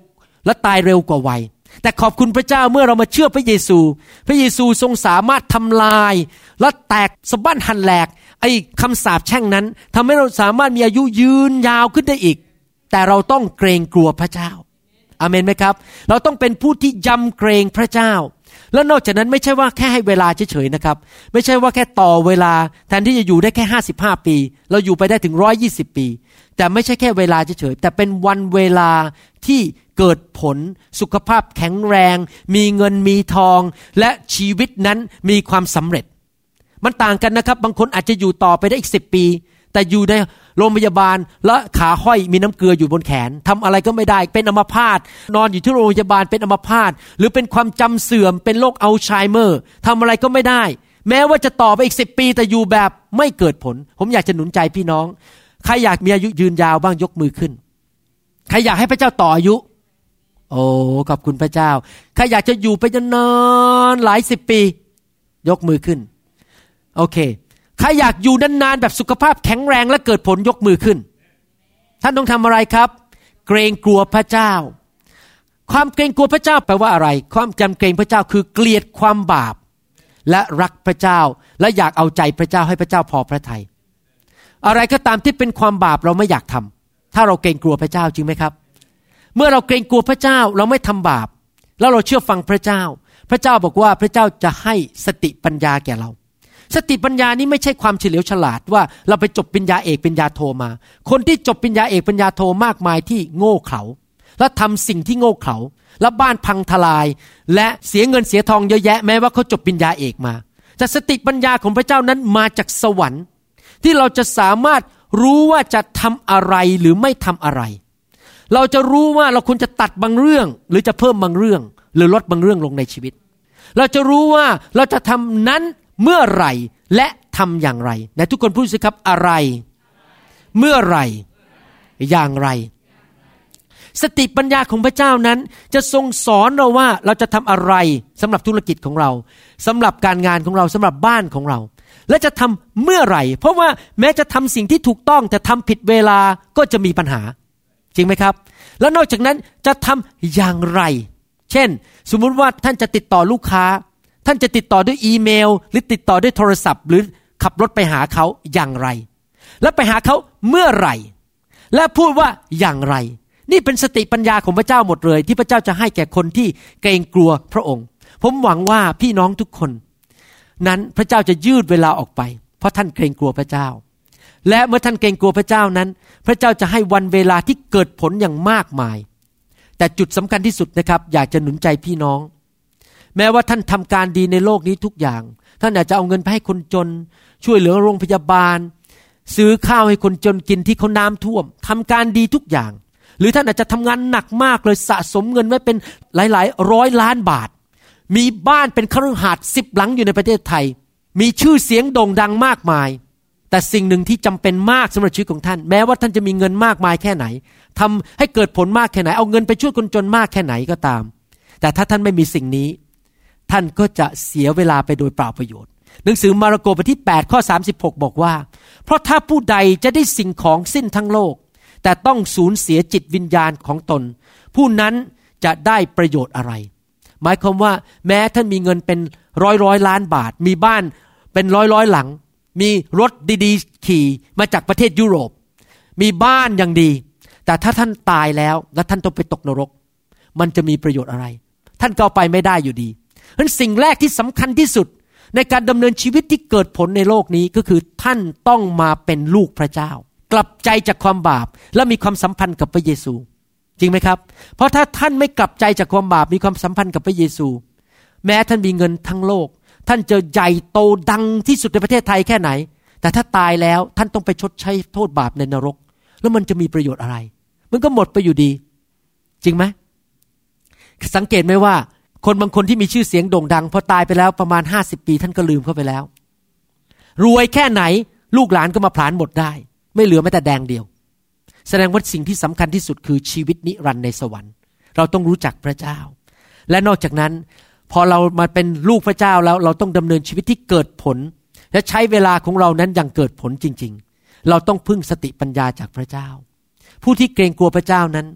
และตายเร็วกว่าวัยแต่ขอบคุณพระเจ้าเมื่อเรามาเชื่อพระเยซูพระเยซูทรงสามารถทำลายและแตกสะบั้นหันแหลกไอ้คำสาปแช่งนั้นทำให้เราสามารถมีอายุยืนยาวขึ้นได้อีกแต่เราต้องเกรงกลัวพระเจ้าอาเมนไหมครับเราต้องเป็นผู้ที่ยำเกรงพระเจ้าแล้วนอกจากนั้นไม่ใช่ว่าแค่ให้เวลาเฉยๆนะครับไม่ใช่ว่าแค่ต่อเวลาแทนที่จะอยู่ได้แค่ห้าสิบห้าปีเราอยู่ไปได้ถึงหนึ่งร้อยยี่สิบปีแต่ไม่ใช่แค่เวลาเฉยๆแต่เป็นวันเวลาที่เกิดผลสุขภาพแข็งแรงมีเงินมีทองและชีวิตนั้นมีความสำเร็จมันต่างกันนะครับบางคนอาจจะอยู่ต่อไปได้อีกสิบปีแต่อยู่ในโรงพยาบาลและขาห้อยมีน้ำเกลืออยู่บนแขนทำอะไรก็ไม่ได้เป็นอัมพาตนอนอยู่ที่โรงพยาบาลเป็นอัมพาตหรือเป็นความจำเสื่อมเป็นโรคอัลไซเมอร์ทำอะไรก็ไม่ได้แม้ว่าจะต่อไปอีกสิบปีแต่อยู่แบบไม่เกิดผลผมอยากจะหนุนใจพี่น้องใครอยากมีอายุยืนยาวบ้างยกมือขึ้นใครอยากให้พระเจ้าต่ออายุโอ้ขอบคุณพระเจ้าใครอยากจะอยู่ไปจนนานหลายสิบปียกมือขึ้นโอเคใครอยากอยู่นานๆแบบสุขภาพแข็งแรงและเกิดผลยกมือขึ้นท่านต้องทำอะไรครับเกรงกลัวพระเจ้าความเกรงกลัวพระเจ้าแปลว่าอะไรความจำเกรงพระเจ้าคือเกลียดความบาปและรักพระเจ้าและอยากเอาใจพระเจ้าให้พระเจ้าพอพระทัยอะไรก็ตามที่เป็นความบาปเราไม่อยากทำถ้าเราเกรงกลัวพระเจ้าจริงไหมครับเมื่อเราเกรงกลัวพระเจ้าเราไม่ทำบาปแล้วเราเชื่อฟังพระเจ้าพระเจ้าบอกว่าพระเจ้าจะให้สติปัญญาแก่เราสติปัญญานี้ไม่ใช่ความเฉลียวฉลาดว่าเราไปจบปริญญาเอกปริญญาโทมาคนที่จบปริญญาเอกปริญญาโทมากมายที่โง่เขลาและทำสิ่งที่โง่เขลาและบ้านพังทลายและเสียเงินเสียทองเยอะแยะแม้ว่าเขาจบปริญญาเอกมาแต่สติปัญญาของพระเจ้านั้นมาจากสวรรค์ที่เราจะสามารถรู้ว่าจะทำอะไรหรือไม่ทำอะไรเราจะรู้ว่าเราควรจะตัดบางเรื่องหรือจะเพิ่มบางเรื่องหรือลดบางเรื่องลงในชีวิตเราจะรู้ว่าเราจะทำนั้นเมื่อไหร่และทำอย่างไรไหนทุกคนพูดสิครับอะไรเมื่อไหร่อย่างไรสติปัญญาของพระเจ้านั้นจะทรงสอนเราว่าเราจะทำอะไรสำหรับธุรกิจของเราสำหรับการงานของเราสำหรับบ้านของเราและจะทำเมื่อไหร่เพราะว่าแม้จะทำสิ่งที่ถูกต้องแต่ทำผิดเวลาก็จะมีปัญหาจริงไหมครับแล้วนอกจากนั้นจะทำอย่างไรเช่นสมมุติว่าท่านจะติดต่อลูกค้าท่านจะติดต่อด้วยอีเมลหรือติดต่อด้วยโทรศัพท์หรือขับรถไปหาเขาอย่างไรและไปหาเขาเมื่อไหร่และพูดว่าอย่างไรนี่เป็นสติปัญญาของพระเจ้าหมดเลยที่พระเจ้าจะให้แก่คนที่เกรงกลัวพระองค์ผมหวังว่าพี่น้องทุกคนนั้นพระเจ้าจะยืดเวลาออกไปเพราะท่านเกรงกลัวพระเจ้าและเมื่อท่านเกรงกลัวพระเจ้านั้นพระเจ้าจะให้วันเวลาที่เกิดผลอย่างมากมายแต่จุดสำคัญที่สุดนะครับอยากจะหนุนใจพี่น้องแม้ว่าท่านทำการดีในโลกนี้ทุกอย่างท่านอาจจะเอาเงินไปให้คนจนช่วยเหลือโรงพยาบาลซื้อข้าวให้คนจนกินที่เขาน้ำท่วมทำการดีทุกอย่างหรือท่านอาจจะทำงานหนักมากเลยสะสมเงินไว้เป็นหลายๆร้อยล้านบาทมีบ้านเป็นคฤหาสน์สิบหลังอยู่ในประเทศไทยมีชื่อเสียงโด่งดังมากมายแต่สิ่งหนึ่งที่จำเป็นมากสำหรับชีวิตของท่านแม้ว่าท่านจะมีเงินมากมายแค่ไหนทำให้เกิดผลมากแค่ไหนเอาเงินไปช่วยคนจนมากแค่ไหนก็ตามแต่ถ้าท่านไม่มีสิ่งนี้ท่านก็จะเสียเวลาไปโดยเปล่าประโยชน์หนังสือมาระโกบทที่แปดข้อสามสิบหกบอกว่าเพราะถ้าผู้ใดจะได้สิ่งของสิ้นทั้งโลกแต่ต้องสูญเสียจิตวิญญาณของตนผู้นั้นจะได้ประโยชน์อะไรหมายความว่าแม้ท่านมีเงินเป็นร้อยร้อยล้านบาทมีบ้านเป็นร้อยร้อยหลังมีรถดีๆขี่มาจากประเทศยุโรปมีบ้านอย่างดีแต่ถ้าท่านตายแล้วและท่านต้องไปตกนรกมันจะมีประโยชน์อะไรท่านก็ไปไม่ได้อยู่ดีเพราะฉะนั้นสิ่งแรกที่สำคัญที่สุดในการดำเนินชีวิตที่เกิดผลในโลกนี้ก็คือท่านต้องมาเป็นลูกพระเจ้ากลับใจจากความบาปและมีความสัมพันธ์กับพระเยซูจริงไหมครับเพราะถ้าท่านไม่กลับใจจากความบาปมีความสัมพันธ์กับพระเยซูแม้ท่านมีเงินทั้งโลกท่านจะใหญ่โตดังที่สุดในประเทศไทยแค่ไหนแต่ถ้าตายแล้วท่านต้องไปชดใช้โทษบาปในนรกแล้วมันจะมีประโยชน์อะไรมันก็หมดไปอยู่ดีจริงไหมสังเกตไหมว่าคนบางคนที่มีชื่อเสียงโด่งดังพอตายไปแล้วประมาณห้าสิบปีท่านก็ลืมเข้าไปแล้วรวยแค่ไหนลูกหลานก็มาผลาญหมดได้ไม่เหลือแม้แต่แดงเดียวแสดงว่าสิ่งที่สำคัญที่สุดคือชีวิตนิรันดร์ในสวรรค์เราต้องรู้จักพระเจ้าและนอกจากนั้นพอเรามาเป็นลูกพระเจ้าแล้วเราต้องดำเนินชีวิตที่เกิดผลและใช้เวลาของเรานั้นอย่างเกิดผลจริงๆเราต้องพึ่งสติปัญญาจากพระเจ้าผู้ที่เกรงกลัวพระเจ้านั้น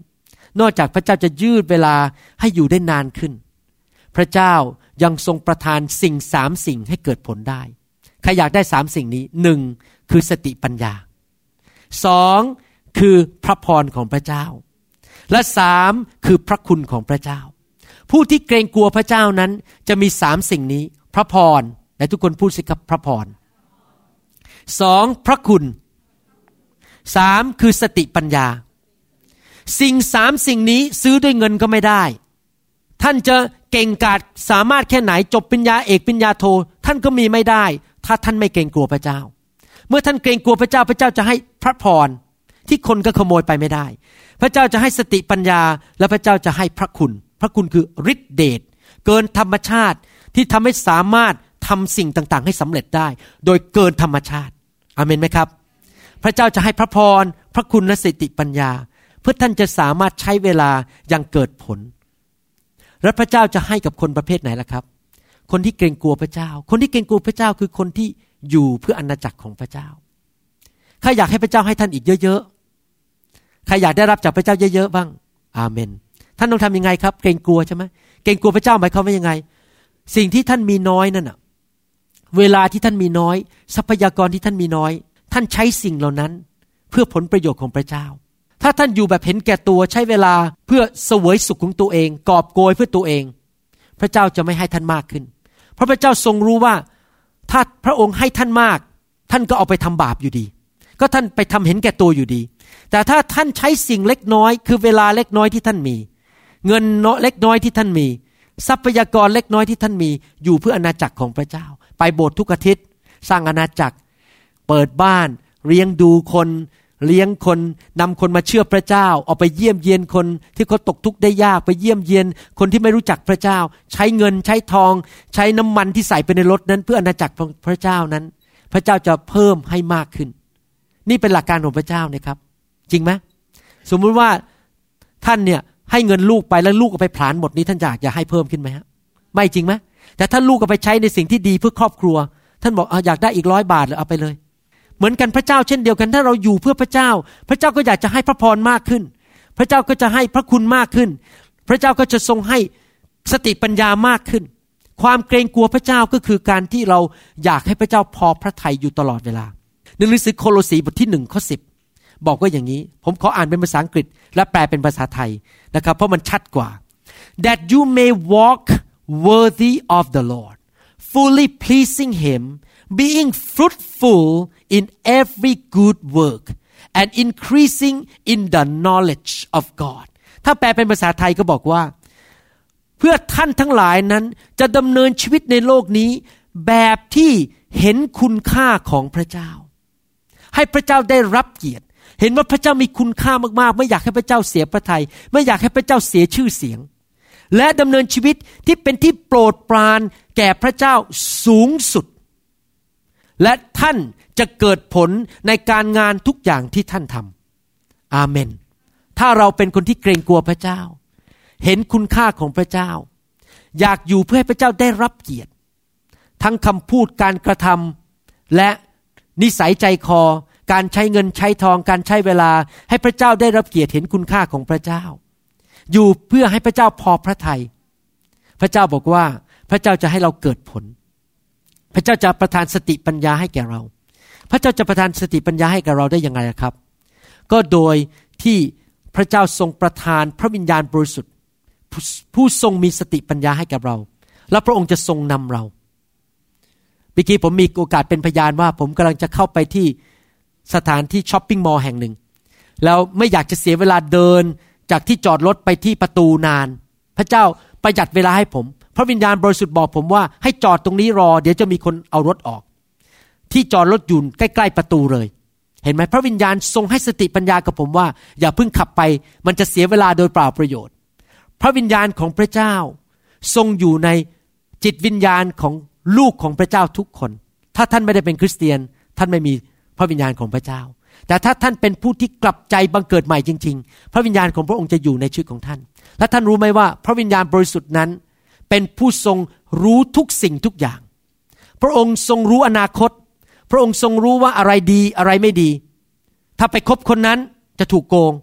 นอกจากพระเจ้าจะยืดเวลาให้อยู่ได้นานขึ้นพระเจ้ายังทรงประทานสิ่งสามสิ่งให้เกิดผลได้ใครอยากได้สามสิ่งนี้หนึ่งคือสติปัญญาสองคือพระพรของพระเจ้าและสามคือพระคุณของพระเจ้าผู้ที่เกรงกลัวพระเจ้านั้นจะมีสามสิ่งนี้พระพรและทุกคนพูดสิครับพระพรสองพระคุณสามคือสติปัญญาสิ่งสามสิ่งนี้ซื้อด้วยเงินก็ไม่ได้ท่านจะเก่งกาจสามารถแค่ไหนจบปริญญาเอกปริญญาโทท่านก็มีไม่ได้ถ้าท่านไม่เกรงกลัวพระเจ้าเมื่อท่านเกรงกลัวพระเจ้าพระเจ้าจะให้พระพรที่คนก็ขโมยไปไม่ได้พระเจ้าจะให้สติปัญญาและพระเจ้าจะให้พระคุณพระคุณคือฤทธิเดชเกินธรรมชาติที่ทำให้สามารถทำสิ่งต่างๆให้สำเร็จได้โดยเกินธรรมชาติอาเมนไหมครับพระเจ้าจะให้พระพรพระคุณและสติปัญญาเพื่อท่านจะสามารถใช้เวลาอย่างเกิดผลและพระเจ้าจะให้กับคนประเภทไหนล่ะครับคนที่เกรงกลัวพระเจ้าคนที่เกรงกลัวพระเจ้าคือคนที่อยู่เพื่ออาณาจักรของพระเจ้าใครอยากให้พระเจ้าให้ท่านอีกเยอะๆใครอยากได้รับจากพระเจ้าเยอะๆบ้างอาเมนท่านต้องทำยังไงครับเกรงกลัวใช่ไหมเกรงกลัวพระเจ้าหมายความว่ายังไงสิ่งที่ท่านมีน้อยนั่นน่ะเวลาที่ท่านมีน้อยทรัพยากรที่ท่านมีน้อยท่านใช้สิ่งเหล่านั้นเพื่อผลประโยชน์ของพระเจ้าถ้าท่านอยู่แบบเห็นแก่ตัวใช้เวลาเพื่อเสวยสุขของตัวเองกอบโกยเพื่อตัวเองพระเจ้าจะไม่ให้ท่านมากขึ้นเพราะพระเจ้าทรงรู้ว่าถ้าพระองค์ให้ท่านมากท่านก็เอาไปทำบาปอยู่ดีก็ท่านไปทำเห็นแก่ตัวอยู่ดีแต่ถ้าท่านใช้สิ่งเล็กน้อยคือเวลาเล็กน้อยที่ท่านมีเงินเล็กน้อยที่ท่านมีทรัพยากรเล็กน้อยที่ท่านมีอยู่เพื่ออาณาจักรของพระเจ้าไปโบสถ์ทุกอาทิตย์สร้างอาณาจักรเปิดบ้านเลี้ยงดูคนเลี้ยงคนนำคนมาเชื่อพระเจ้าออกไปเยี่ยมเยียนคนที่เขาตกทุกข์ได้ยากไปเยี่ยมเยียนคนที่ไม่รู้จักพระเจ้าใช้เงินใช้ทองใช้น้ำมันที่ใส่ไปในรถนั้นเพื่ออาณาจักรของพระเจ้านั้นพระเจ้าจะเพิ่มให้มากขึ้นนี่เป็นหลักการของพระเจ้านะครับจริงไหมสมมุติว่าท่านเนี่ยให้เงินลูกไปแล้วลูกเอาไปผลาญหมดนี้ท่านอยากจะให้เพิ่มขึ้นไหมฮะไม่จริงไหมแต่ถ้าลูกเอาไปใช้ในสิ่งที่ดีเพื่อครอบครัวท่านบอกอยากได้อีกร้อยบาทเลยเอาไปเลยเหมือนกันพระเจ้าเช่นเดียวกันถ้าเราอยู่เพื่อพระเจ้าพระเจ้าก็อยากจะให้พระพรมากขึ้นพระเจ้าก็จะให้พระคุณมากขึ้นพระเจ้าก็จะทรงให้สติปัญญามากขึ้นความเกรงกลัวพระเจ้าก็คือการที่เราอยากให้พระเจ้าพอพระทัยอยู่ตลอดเวลาในหนังสือโคโลสีบทที่หนึ่งข้อสิบบอกว่าอย่างนี้ผมขออ่านเป็นภาษาอังกฤษและแปลเป็นภาษาไทยนะครับเพราะมันชัดกว่า that you may walk worthy of the Lord fully pleasing him being fruitful in every good work and increasing in the knowledge of God ถ้าแปลเป็นภาษาไทยก็บอกว่าเพื่อท่านทั้งหลายนั้นจะดำเนินชีวิตในโลกนี้แบบที่เห็นคุณค่าของพระเจ้าให้พระเจ้าได้รับเกียรติเห็นว่าพระเจ้ามีคุณค่ามากๆไม่อยากให้พระเจ้าเสียพระทัยไม่อยากให้พระเจ้าเสียชื่อเสียงและดำเนินชีวิตที่เป็นที่โปรดปรานแก่พระเจ้าสูงสุดและท่านจะเกิดผลในการงานทุกอย่างที่ท่านทำอาเมนถ้าเราเป็นคนที่เกรงกลัวพระเจ้าเห็นคุณค่าของพระเจ้าอยากอยู่เพื่อให้พระเจ้าได้รับเกียรติทั้งคำพูดการกระทำและนิสัยใจคอการใช้เงินใช้ทองการใช้เวลาให้พระเจ้าได้รับเกียรติเห็นคุณค่าของพระเจ้าอยู่เพื่อให้พระเจ้าพอพระทัยพระเจ้าบอกว่าพระเจ้าจะให้เราเกิดผลพระเจ้าจะประทานสติปัญญาให้แก่เราพระเจ้าจะประทานสติปัญญาให้แก่เราได้ยังไงครับก็โดยที่พระเจ้าทรงประทานพระวิญญาณบริสุทธิ์ผู้ทรงมีสติปัญญาให้กับเราและพระองค์จะทรงนำเราเมื่อกี้ผมมีโอกาสเป็นพยานว่าผมกำลังจะเข้าไปที่สถานที่ช้อปปิ้งมอลล์แห่งหนึ่งแล้วไม่อยากจะเสียเวลาเดินจากที่จอดรถไปที่ประตูนานพระเจ้าประหยัดเวลาให้ผมพระวิญญาณบริสุทธิ์บอกผมว่าให้จอดตรงนี้รอเดี๋ยวจะมีคนเอารถออกที่จอดรถอยู่ใกล้ๆประตูเลยเห็นไหมพระวิญญาณทรงให้สติปัญญากับผมว่าอย่าเพิ่งขับไปมันจะเสียเวลาโดยเปล่าประโยชน์พระวิญญาณของพระเจ้าทรงอยู่ในจิตวิญญาณของลูกของพระเจ้าทุกคนถ้าท่านไม่ได้เป็นคริสเตียนท่านไม่มีพระวิญญาณของพระเจ้าแต่ถ้าท่านเป็นผู้ที่กลับใจบังเกิดใหม่จริงๆพระวิญญาณของพระองค์จะอยู่ในชีวิตของท่านและท่านรู้ไหมว่าพระวิญญาณบริสุทธิ์นั้นเป็นผู้ทรงรู้ทุกสิ่งทุกอย่างพระองค์ทรงรู้อนาคตพระองค์ทรงรู้ว่าอะไรดีอะไรไม่ดีถ้าไปคบคนนั้นจะถูกโกง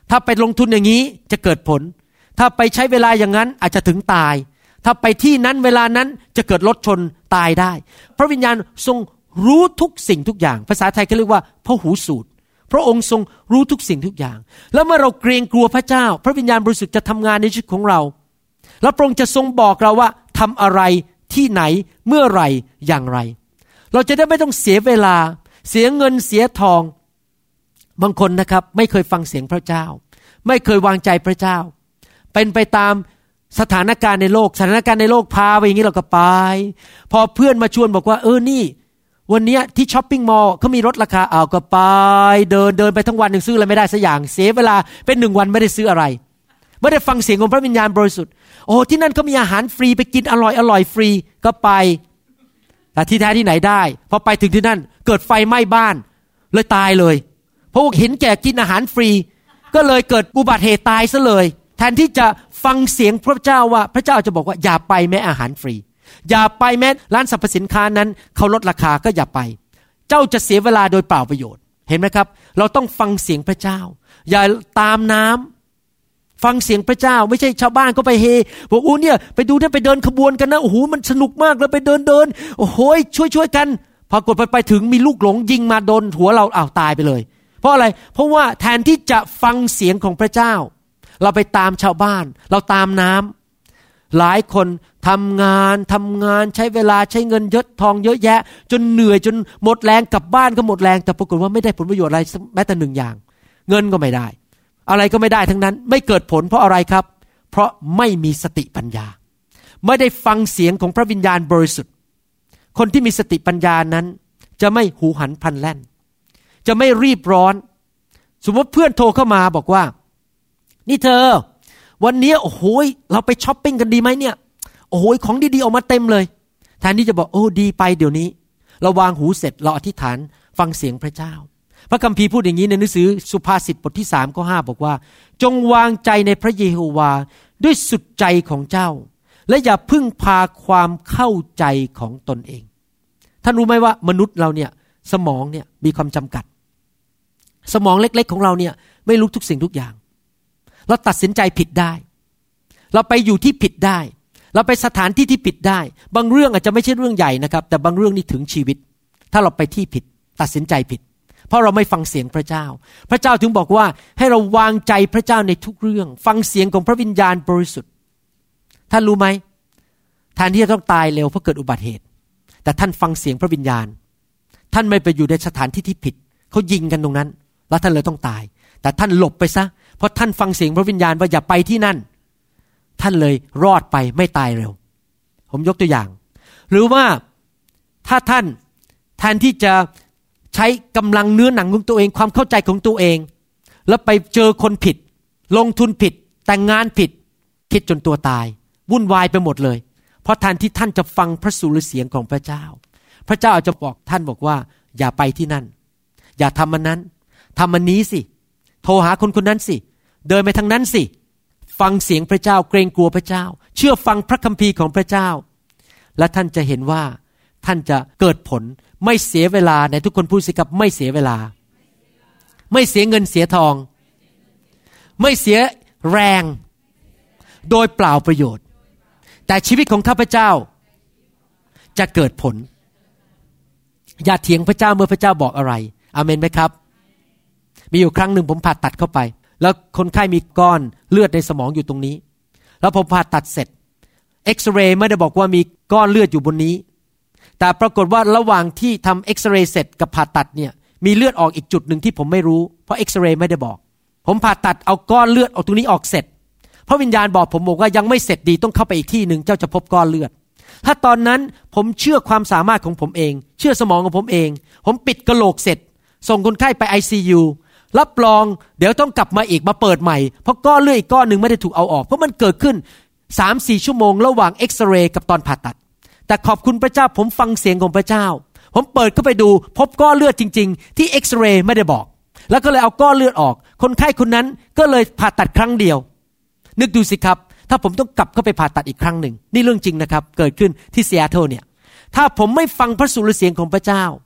ถ้าไปลงทุนอย่างนี้จะเกิดผลถ้าไปใช้เวลาอย่างนั้นอาจจะถึงตายถ้าไปที่นั้นเวลานั้นจะเกิดรถชนตายได้พระวิญญาณทรงรู้ทุกสิ่งทุกอย่างภาษาไทยเขาเรียกว่าพหูสูตรพระองค์ทรงรู้ทุกสิ่งทุกอย่างแล้วเมื่อเราเกรงกลัวพระเจ้าพระวิญญาณบริสุทธิ์จะทำงานในชีวิตของเราแล้วพระองค์จะทรงบอกเราว่าทำอะไรที่ไหนเมื่อไหร่อย่างไรเราจะได้ไม่ต้องเสียเวลาเสียเงินเสียทองบางคนนะครับไม่เคยฟังเสียงพระเจ้าไม่เคยวางใจพระเจ้าเป็นไปตามสถานการณ์ในโลกสถานการณ์ในโลกพาไปอย่างนี้เราก็ไปพอเพื่อนมาชวนบอกว่าเออนี่วันนี้ที่ช้อปปิ้งมอลล์เขามีลดราคาเอาก็ไปเดินเดินไปทั้งวันนึงซื้ออะไรไม่ได้สักอย่างเสียเวลาเป็นหนึ่งวันไม่ได้ซื้ออะไรไม่ได้ฟังเสียงของพระวิญญาณบริสุทธิ์โอ้ที่นั่นเขามีอาหารฟรีไปกินอร่อยอร่อยฟรีก็ไปแต่ที่แท้ที่ไหนได้พอไปถึงที่นั่นเกิดไฟไหม้บ้านเลยตายเลยเพราะเห็นแก่กินอาหารฟรีก็เลยเกิดอุบัติเหตุตายซะเลยแทนที่จะฟังเสียงพระเจ้าว่าพระเจ้าจะบอกว่าอย่าไปแม้อาหารฟรีอย่าไปแม้ร้านสรรพสินค้านั้นเขาลดราคาก็อย่าไปเจ้าจะเสียเวลาโดยเปล่าประโยชน์เห็นไหมครับเราต้องฟังเสียงพระเจ้าอย่าตามน้ำฟังเสียงพระเจ้าไม่ใช่ชาวบ้านก็ไปเฮบอกอู้เนี่ยไปดูเนี่ยไปเดินขบวนกันนะโอ้โหมันสนุกมากแล้วไปเดินเดินโอ้โหช่วยช่วยกันพอกดไปไปถึงมีลูกหลงยิงมาโดนหัวเราอ้าวตายไปเลยเพราะอะไรเพราะว่าแทนที่จะฟังเสียงของพระเจ้าเราไปตามชาวบ้านเราตามน้ำหลายคนทำงานทำงานใช้เวลาใช้เงินเยอะทองเยอะแยะจนเหนื่อยจนหมดแรงกลับบ้านก็หมดแรงแต่ปรากฏว่าไม่ได้ผลประโยชน์อะไรแม้แต่หนึ่งอย่างเงินก็ไม่ได้อะไรก็ไม่ได้ทั้งนั้นไม่เกิดผลเพราะอะไรครับเพราะไม่มีสติปัญญาไม่ได้ฟังเสียงของพระวิญญาณบริสุทธิ์คนที่มีสติปัญญานั้นจะไม่หูหันพลันแล่นจะไม่รีบร้อนสมมติเพื่อนโทรเข้ามาบอกว่านี่เธอวันนี้โอ้โหเราไปช้อปปิ้งกันดีไหมเนี่ยโอ้โหของดีๆออกมาเต็มเลยแทนที่จะบอกโอ้ดีไปเดี๋ยวนี้เราวางหูเสร็จเราอธิษฐานฟังเสียงพระเจ้าพระคัมภีร์พูดอย่างนี้ในหนังสือสุภาษิตบทที่สามข้อห้าบอกว่าจงวางใจในพระเยโฮวาด้วยสุดใจของเจ้าและอย่าพึ่งพาความเข้าใจของตนเองท่านรู้ไหมว่ามนุษย์เราเนี่ยสมองเนี่ยมีความจำกัดสมองเล็กๆของเราเนี่ยไม่รู้ทุกสิ่งทุกอย่างเราตัดสินใจผิดได้เราไปอยู่ที่ผิดได้เราไปสถานที่ที่ผิดได้บางเรื่องอาจจะไม่ใช่เรื่องใหญ่นะครับแต่บางเรื่องนี่ถึงชีวิตถ้าเราไปที่ผิดตัดสินใจผิดเพราะเราไม่ฟังเสียงพระเจ้าพระเจ้าถึงบอกว่าให้เราวางใจพระเจ้าในทุกเรื่องฟังเสียงของพระวิญญาณบริสุทธิ์ท่านรู้ไหมแทนที่จะต้องตายเร็วเพราะเกิดอุบัติเหตุแต่ท่านฟังเสียงพระวิญญาณท่านไม่ไปอยู่ในสถานที่ที่ผิดเขายิงกันตรงนั้นแล้วท่านเลยต้องตายแต่ท่านหลบไปซะเพราะท่านฟังเสียงพระวิญญาณว่าอย่าไปที่นั่นท่านเลยรอดไปไม่ตายเร็วผมยกตัวอย่างหรือว่าถ้าท่านแทนที่จะใช้กำลังเนื้อหนังของตัวเองความเข้าใจของตัวเองแล้วไปเจอคนผิดลงทุนผิดแต่งงานผิดคิดจนตัวตายวุ่นวายไปหมดเลยเพราะแทนที่ท่านจะฟังพระสุรเสียงของพระเจ้าพระเจ้าอาจจะบอกท่านบอกว่าอย่าไปที่นั่นอย่าทำมันนั้นทำมันนี้สิโทรหาคนคนนั้นสิเดินไปทางนั้นสิฟังเสียงพระเจ้าเกรงกลัวพระเจ้าเชื่อฟังพระคัมภีร์ของพระเจ้าและท่านจะเห็นว่าท่านจะเกิดผลไม่เสียเวลาในทุกคนพูดสิครับไม่เสียเวลาไม่เสียเงินเสียทองไม่เสียแรงโดยเปล่าประโยชน์แต่ชีวิตของข้าพเจ้าจะเกิดผลอย่าเถียงพระเจ้าเมื่อพระเจ้าบอกอะไรอาเมนไหมครับมีอยู่ครั้งหนึ่งผมผ่าตัดเข้าไปแล้วคนไข้มีก้อนเลือดในสมองอยู่ตรงนี้แล้วผมผ่าตัดเสร็จเอ็กซเรย์ไม่ได้บอกว่ามีก้อนเลือดอยู่บนนี้แต่ปรากฏว่าระหว่างที่ทำเอ็กซเรย์เสร็จกับผ่าตัดเนี่ยมีเลือดออกอีกจุดหนึ่งที่ผมไม่รู้เพราะเอ็กซเรย์ไม่ได้บอกผมผ่าตัดเอาก้อนเลือดออกตรงนี้ออกเสร็จพระวิญญาณบอกผมบอกว่ายังไม่เสร็จดีต้องเข้าไปอีกที่นึงเจ้าจะพบก้อนเลือดถ้าตอนนั้นผมเชื่อความสามารถของผมเองเชื่อสมองของผมเองผมปิดกะโหลกเสร็จส่งคนไข้ไป ไอ ซี ยู รับรองเดี๋ยวต้องกลับมาอีกมาเปิดใหม่เพราะก้อนเลือดอีกก้อนนึงไม่ได้ถูกเอาออกเพราะมันเกิดขึ้น สามสี่ ชั่วโมงระหว่างเอ็กซเรย์กับตอนผ่าตัดแต่ขอบคุณพระเจ้าผมฟังเสียงของพระเจ้าผมเปิดเข้าไปดูพบก้อนเลือดจริงๆที่เอ็กซเรย์ไม่ได้บอกแล้วก็เลยเอาก้อนเลือดออกคนไข้คนนั้นก็เลยผ่าตัดครั้งเดียวนึกดูสิครับถ้าผมต้องกลับเข้าไปผ่าตัดอีกครั้งหนึ่งนี่เรื่องจริงนะครับเกิดขึ้นที่ซีแอตเทิลเนี่ยถ้าผมไม่ฟังพระสุรเสียงของพระเจ้าผ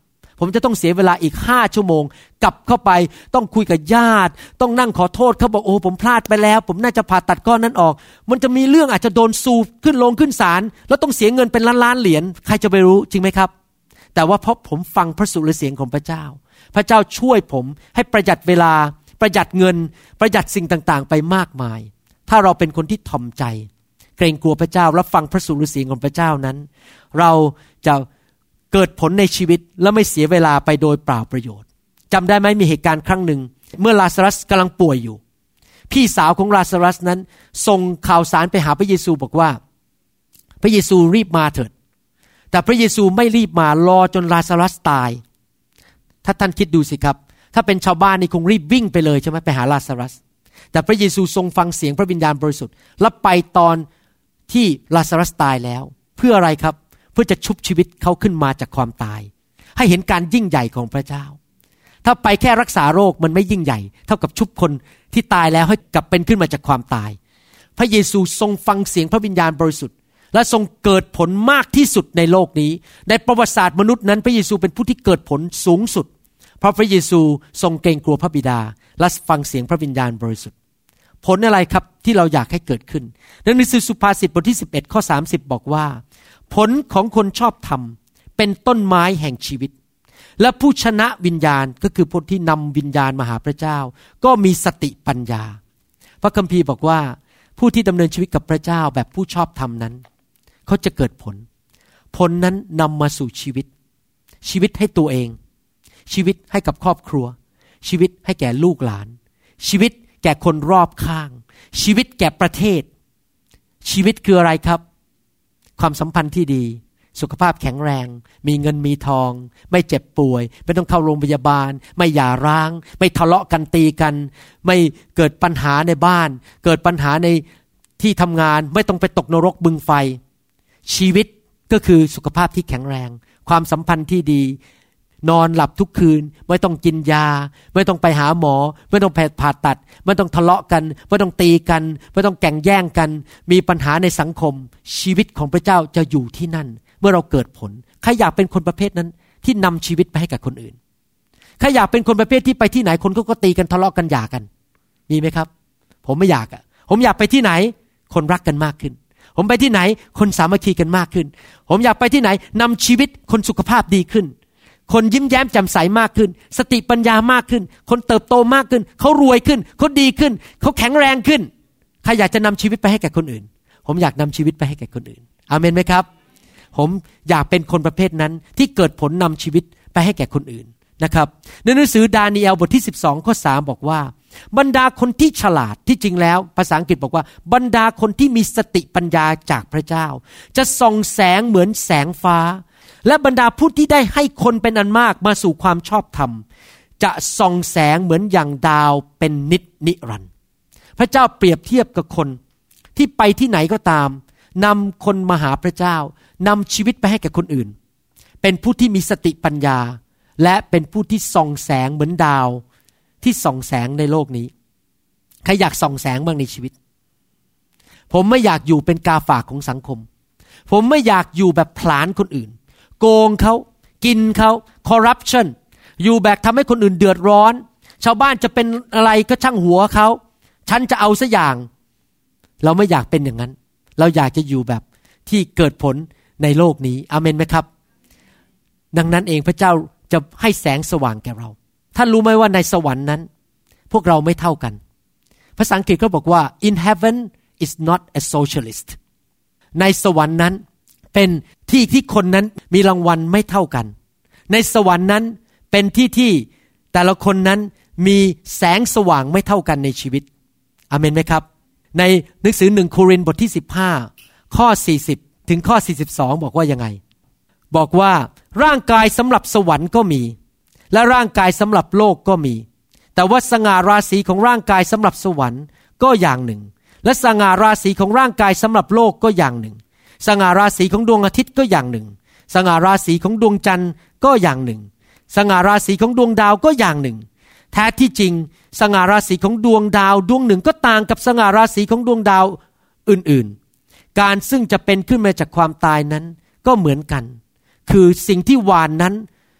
ผมจะต้องเสียเวลาอีกห้าชั่วโมงกลับเข้าไปต้องคุยกับญาติต้องนั่งขอโทษเขาบอกโอ้ผมพลาดไปแล้วผมน่าจะผ่าตัดก้อนนั้นออกมันจะมีเรื่องอาจจะโดนซูขึ้นลงขึ้นศาลแล้วต้องเสียเงินเป็นล้านๆเหรียญใครจะไปรู้จริงไหมครับแต่ว่าเพราะผมฟังพระสุรเสียงของพระเจ้าพระเจ้าช่วยผมให้ประหยัดเวลาประหยัดเงินประหยัดสิ่งต่างๆไปมากมายถ้าเราเป็นคนที่ถ่อมใจเกรงกลัวพระเจ้ารับฟังพระสุรเสียงของพระเจ้านั้นเราจะเกิดผลในชีวิตและไม่เสียเวลาไปโดยเปล่าประโยชน์จำได้ไหมมีเหตุการณ์ครั้งหนึ่งเมื่อลาซารัสกำลังป่วยอยู่พี่สาวของลาซารัสนั้นส่งข่าวสารไปหาพระเยซูบอกว่าพระเยซูรีบมาเถิดแต่พระเยซูไม่รีบมารอจนลาซารัสตายถ้าท่านคิดดูสิครับถ้าเป็นชาวบ้านนี่คงรีบวิ่งไปเลยใช่ไหมไปหาลาซารัสแต่พระเยซูทรงฟังเสียงพระวิญญาณบริสุทธิ์และไปตอนที่ลาซารัสตายแล้วเพื่ออะไรครับเพื่อจะชุบชีวิตเขาขึ้นมาจากความตายให้เห็นการยิ่งใหญ่ของพระเจ้าถ้าไปแค่รักษาโรคมันไม่ยิ่งใหญ่เท่ากับชุบคนที่ตายแล้วให้กลับเป็นขึ้นมาจากความตายพระเยซูทรงฟังเสียงพระวิญญาณบริสุทธิ์และทรงเกิดผลมากที่สุดในโลกนี้ในประวัติศาสตร์มนุษย์นั้นพระเยซูเป็นผู้ที่เกิดผลสูงสุดเพราะพระเยซูทรงเกรงกลัวพระบิดาและฟังเสียงพระวิญญาณบริสุทธิ์ผลอะไรครับที่เราอยากให้เกิดขึ้นในหนังสือสุภาษิตบทที่สิบเอ็ดข้อสามสิบบอกว่าผลของคนชอบธรรมเป็นต้นไม้แห่งชีวิตและผู้ชนะวิญญาณก็คือผู้ที่นำวิญญาณมาหาพระเจ้าก็มีสติปัญญาพระคัมภีร์บอกว่าผู้ที่ดำเนินชีวิตกับพระเจ้าแบบผู้ชอบธรรมนั้นเขาจะเกิดผลผลนั้นนำมาสู่ชีวิตชีวิตให้ตัวเองชีวิตให้กับครอบครัวชีวิตให้แก่ลูกหลานชีวิตแก่คนรอบข้างชีวิตแก่ประเทศชีวิตคืออะไรครับความสัมพันธ์ที่ดีสุขภาพแข็งแรงมีเงินมีทองไม่เจ็บป่วยไม่ต้องเข้าโรงพยาบาลไม่หย่าร้างไม่ทะเลาะกันตีกันไม่เกิดปัญหาในบ้านเกิดปัญหาในที่ทำงานไม่ต้องไปตกนรกบึงไฟชีวิตก็คือสุขภาพที่แข็งแรงความสัมพันธ์ที่ดีนอนหลับทุกคืนไม่ต้องกินยาไม่ต้องไปหาหมอไม่ต้องผ่าตัดไม่ต้องทะเลาะกันไม่ต้องตีกันไม่ต้องแข่งแย่งกันมีปัญหาในสังคมชีวิตของพระเจ้าจะอยู่ที่นั่นเมื่อเราเกิดผลใครอยากเป็นคนประเภทนั้นที่นำชีวิตไปให้กับคนอื่นใครอยากเป็นคนประเภทที่ไปที่ไหนคนก็ตีกันทะเลาะกันหย่ากันมีไหมครับผมไม่อยากอ่ะผมอยากไปที่ไหนคนรักกันมากขึ้นผมไปที่ไหนคนสามัคคีกันมากขึ้นผมอยากไปที่ไหนนำชีวิตคนสุขภาพดีขึ้นคนยิ้มแย้มแจ่มใสมากขึ้นสติปัญญามากขึ้นคนเติบโตมากขึ้นเขารวยขึ้นเขาดีขึ้นเขาแข็งแรงขึ้นใครอยากจะนำชีวิตไปให้แก่คนอื่นผมอยากนำชีวิตไปให้แก่คนอื่นอาเมนไหมครับผมอยากเป็นคนประเภทนั้นที่เกิดผลนำชีวิตไปให้แก่คนอื่นนะครับในหนังสือดานีเอลบทที่สิบสองข้อสามบอกว่าบรรดาคนที่ฉลาดที่จริงแล้วภาษาอังกฤษบอกว่าบรรดาคนที่มีสติปัญญาจากพระเจ้าจะส่องแสงเหมือนแสงฟ้าและบรรดาผู้ที่ได้ให้คนเป็นอันมากมาสู่ความชอบธรรมจะส่องแสงเหมือนอย่างดาวเป็นนิจนิรันดร์พระเจ้าเปรียบเทียบกับคนที่ไปที่ไหนก็ตามนำคนมาหาพระเจ้านำชีวิตไปให้แก่คนอื่นเป็นผู้ที่มีสติปัญญาและเป็นผู้ที่ส่องแสงเหมือนดาวที่ส่องแสงในโลกนี้ใครอยากส่องแสงบ้างในชีวิตผมไม่อยากอยู่เป็นกาฝากของสังคมผมไม่อยากอยู่แบบผลาญคนอื่นโกงเขากินเขาคอร์รัปชันอยู่แบบทำให้คนอื่นเดือดร้อนชาวบ้านจะเป็นอะไรก็ช่างหัวเขาฉันจะเอาซะอย่างเราไม่อยากเป็นอย่างนั้นเราอยากจะอยู่แบบที่เกิดผลในโลกนี้อาเมนไหมครับดังนั้นเองพระเจ้าจะให้แสงสว่างแก่เราท่านรู้ไหมว่าในสวรรค์นั้นพวกเราไม่เท่ากันภาษาอังกฤษเขาบอกว่า in heaven is not a socialist ในสวรรค์นั้นเป็นที่ที่คนนั้นมีรางวัลไม่เท่ากันในสวรรค์นั้นเป็นที่ที่แต่ละคนนั้นมีแสงสว่างไม่เท่ากันในชีวิตอาเมนไหมครับในหนังสือหนึ่งโครินธ์บทที่สิบห้าข้อสี่สิบถึงข้อสี่สิบสองบอกว่ายังไงบอกว่าร่างกายสำหรับสวรรค์ก็มีและร่างกายสำหรับโลกก็มีแต่ว่าสง่าราศีของร่างกายสำหรับสวรรค์ก็อย่างหนึ่งและสง่าราศีของร่างกายสำหรับโลกก็อย่างหนึ่งสง่าราศีของดวงอาทิตย์ก็อย่างหนึ่งสง่าราศีของดวงจันทร์ก็อย่างหนึ่งสง่าราศีของดวงดาวก็อย่างหนึ่งแท้ที่จริงสง่าราศีของดวงดาวดวงหนึ่งก็ต่างกับสง่าราศีของดวงดาวอื่นๆการซึ่งจะเป็นขึ้นมาจากความตายนั้นก็เหมือนกันคือสิ่งที่หว่านนั้น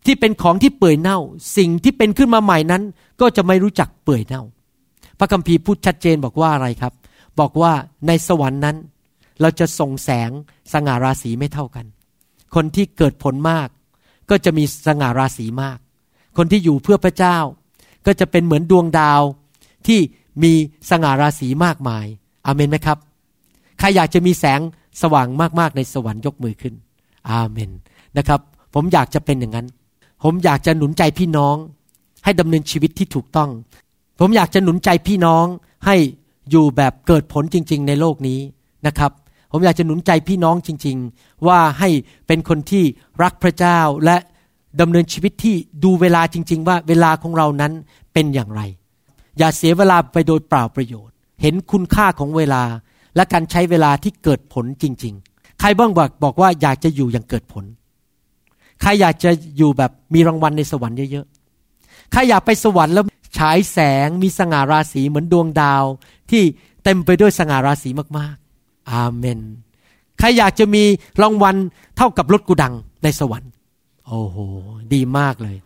ที่เป็นของที่เปื่อยเน่าสิ่งที่เป็นขึ้นมาใหม่นั้นก็จะไม่รู้จักเปื่อยเน่าพระคัมภีร์พูดชัดเจนบอกว่าอะไรครับบอกว่าในสวรรค์นั้นเราจะส่งแสงสง่าราศีไม่เท่ากันคนที่เกิดผลมากก็จะมีสง่าราศีมากคนที่อยู่เพื่อพระเจ้าก็จะเป็นเหมือนดวงดาวที่มีสง่าราศีมากมายอาเมนไหมครับใครอยากจะมีแสงสว่างมากๆในสวรรค์ยกมือขึ้นอาเมนนะครับผมอยากจะเป็นอย่างนั้นผมอยากจะหนุนใจพี่น้องให้ดำเนินชีวิตที่ถูกต้องผมอยากจะหนุนใจพี่น้องให้อยู่แบบเกิดผลจริงๆในโลกนี้นะครับผมอยากจะหนุนใจพี่น้องจริงๆว่าให้เป็นคนที่รักพระเจ้าและดำเนินชีวิตที่ดูเวลาจริงๆว่าเวลาของเรานั้นเป็นอย่างไรอย่าเสียเวลาไปโดยเปล่าประโยชน์เห็นคุณค่าของเวลาและการใช้เวลาที่เกิดผลจริงๆใครบ้างบอกบอกว่าอยากจะอยู่อย่างเกิดผลใครอยากจะอยู่แบบมีรางวัลในสวรรค์เยอะๆใครอยากไปสวรรค์แล้วฉายแสงมีสง่าราศีเหมือนดวงดาวที่เต็มไปด้วยสง่าราศีมากๆอาเมนใครอยากจะมีรางวัลเท่ากับรถกูดังในสวรรค์โอ้โหดีมากเลย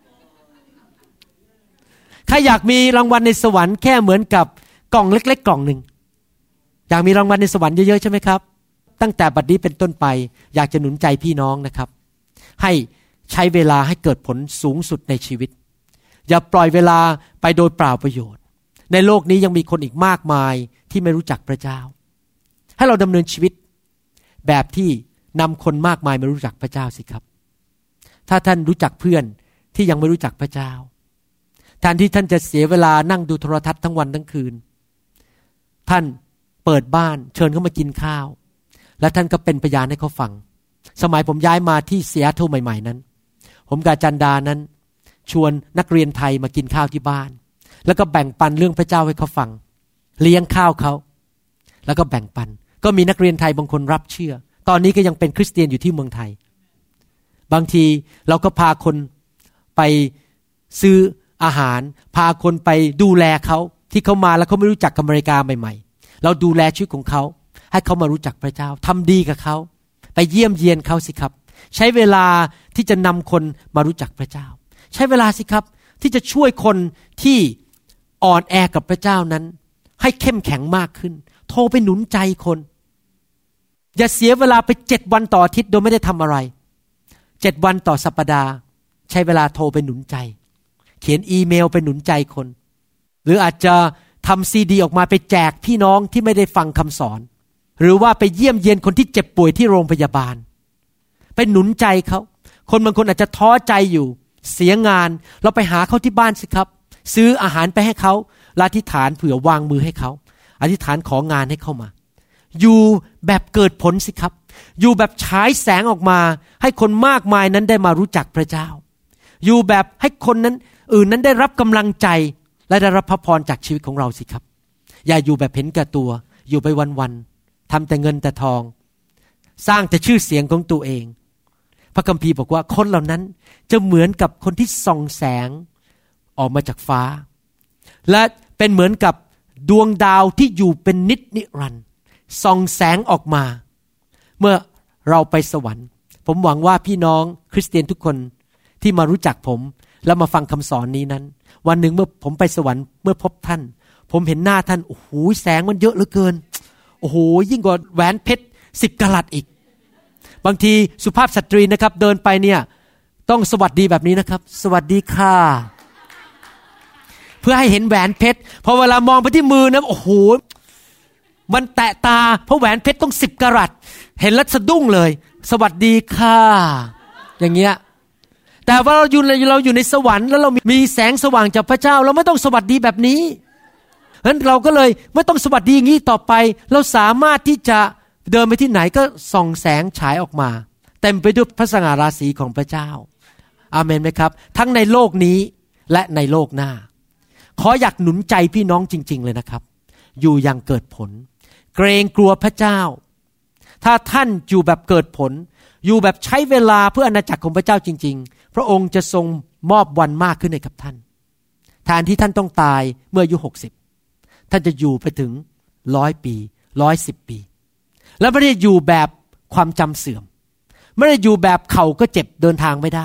ใครอยากมีรางวัลในสวรรค์แค่เหมือนกับกล่องเล็กๆกล่องหนึ่งอยากมีรางวัลในสวรรค์เยอะๆใช่ไหมครับตั้งแต่บัดนี้เป็นต้นไปอยากจะหนุนใจพี่น้องนะครับให้ใช้เวลาให้เกิดผลสูงสุดในชีวิตอย่าปล่อยเวลาไปโดยเปล่าประโยชน์ในโลกนี้ยังมีคนอีกมากมายที่ไม่รู้จักพระเจ้าให้เราดำเนินชีวิตแบบที่นำคนมากมายมารู้จักพระเจ้าสิครับถ้าท่านรู้จักเพื่อนที่ยังไม่รู้จักพระเจ้าแทนที่ท่านจะเสียเวลานั่งดูโทรทัศน์ทั้งวันทั้งคืนท่านเปิดบ้านเชิญเขามากินข้าวและท่านก็เป็นพยานให้เขาฟังสมัยผมย้ายมาที่ซีแอตเทิลใหม่ๆนั้นผมกับจันดานั้นชวนนักเรียนไทยมากินข้าวที่บ้านแล้วก็แบ่งปันเรื่องพระเจ้าให้เขาฟังเลี้ยงข้าวเขาแล้วก็แบ่งปันก็มีนักเรียนไทยบางคนรับเชื่อตอนนี้ก็ยังเป็นคริสเตียนอยู่ที่เมืองไทยบางทีเราก็พาคนไปซื้ออาหารพาคนไปดูแลเขาที่เขามาแล้วเขาไม่รู้จักอเมริกาใหม่ๆเราดูแลชีวิตของเขาให้เขามารู้จักพระเจ้าทำดีกับเขาไปเยี่ยมเยียนเขาสิครับใช้เวลาที่จะนำคนมารู้จักพระเจ้าใช้เวลาสิครับที่จะช่วยคนที่อ่อนแอกับพระเจ้านั้นให้เข้มแข็งมากขึ้นโทรไปหนุนใจคนอย่าเสียเวลาไปเจ็ดวันต่ออาทิตย์โดยไม่ได้ทำอะไรเจ็ดวันต่อสัปดาห์ใช้เวลาโทรไปหนุนใจเขียนอีเมลไปหนุนใจคนหรืออาจจะทำซีดีออกมาไปแจกพี่น้องที่ไม่ได้ฟังคำสอนหรือว่าไปเยี่ยมเยียนคนที่เจ็บป่วยที่โรงพยาบาลไปหนุนใจเขาคนบางคนอาจจะท้อใจอยู่เสียงานเราไปหาเขาที่บ้านสิครับซื้ออาหารไปให้เขาอธิษฐานเผื่อวางมือให้เขาอธิษฐานของานให้เข้ามาอยู่แบบเกิดผลสิครับอยู่แบบฉายแสงออกมาให้คนมากมายนั้นได้มารู้จักพระเจ้าอยู่แบบให้คนนั้นอื่นนั้นได้รับกำลังใจและได้รับพระพรจากชีวิตของเราสิครับอย่าอยู่แบบเห็นแก่ตัวอยู่ไปวันๆทำแต่เงินแต่ทองสร้างแต่ชื่อเสียงของตัวเองพระคัมภีร์บอกว่าคนเหล่านั้นจะเหมือนกับคนที่ส่องแสงออกมาจากฟ้าและเป็นเหมือนกับดวงดาวที่อยู่เป็นนิจนิรันดร์ส่องแสงออกมาเมื่อเราไปสวรรค์ผมหวังว่าพี่น้องคริสเตียนทุกคนที่มารู้จักผมแล้วมาฟังคำสอนนี้นั้นวันหนึ่งเมื่อผมไปสวรรค์เมื่อพบท่านผมเห็นหน้าท่านโอ้โหแสงมันเยอะเหลือเกินโอ้โหยิ่งกว่าแหวนเพชรสิบกะรัตอีกบางทีสุภาพสตรีนะครับเดินไปเนี่ยต้องสวัสดีแบบนี้นะครับสวัสดีค่ะเพื่อให้เห็นแหวนเพชรพอเวลามองไปที่มือนะโอ้โหมันแตะตาเพราะแหวนเพชรต้องสิบกะรัตเห็นแล้วสะดุ้งเลยสวัสดีค่ะอย่างเงี้ยแต่ว่าเราอยู่เราอยู่ในสวรรค์แล้วเรามีแสงสว่างจากพระเจ้าเราไม่ต้องสวัสดีแบบนี้เพราะฉะนั้นเราก็เลยไม่ต้องสวัสดีอย่างนี้ต่อไปเราสามารถที่จะเดินไปที่ไหนก็ส่องแสงฉายออกมาเต็มไปด้วยพระสง่าราศีของพระเจ้าอาเมนไหมครับทั้งในโลกนี้และในโลกหน้าขออยากหนุนใจพี่น้องจริงๆเลยนะครับอยู่อย่างเกิดผลเกรงกลัวพระเจ้าถ้าท่านอยู่แบบเกิดผลอยู่แบบใช้เวลาเพื่ออาณาจักรของพระเจ้าจริงๆพระองค์จะทรงมอบวันมากขึ้นให้กับท่านแทนที่ท่านต้องตายเมื่ออายุหกสิบท่านจะอยู่ไปถึงร้อยปีร้อยสิบปีและไม่ได้อยู่แบบความจำเสื่อมไม่ได้อยู่แบบเข่าก็เจ็บเดินทางไม่ได้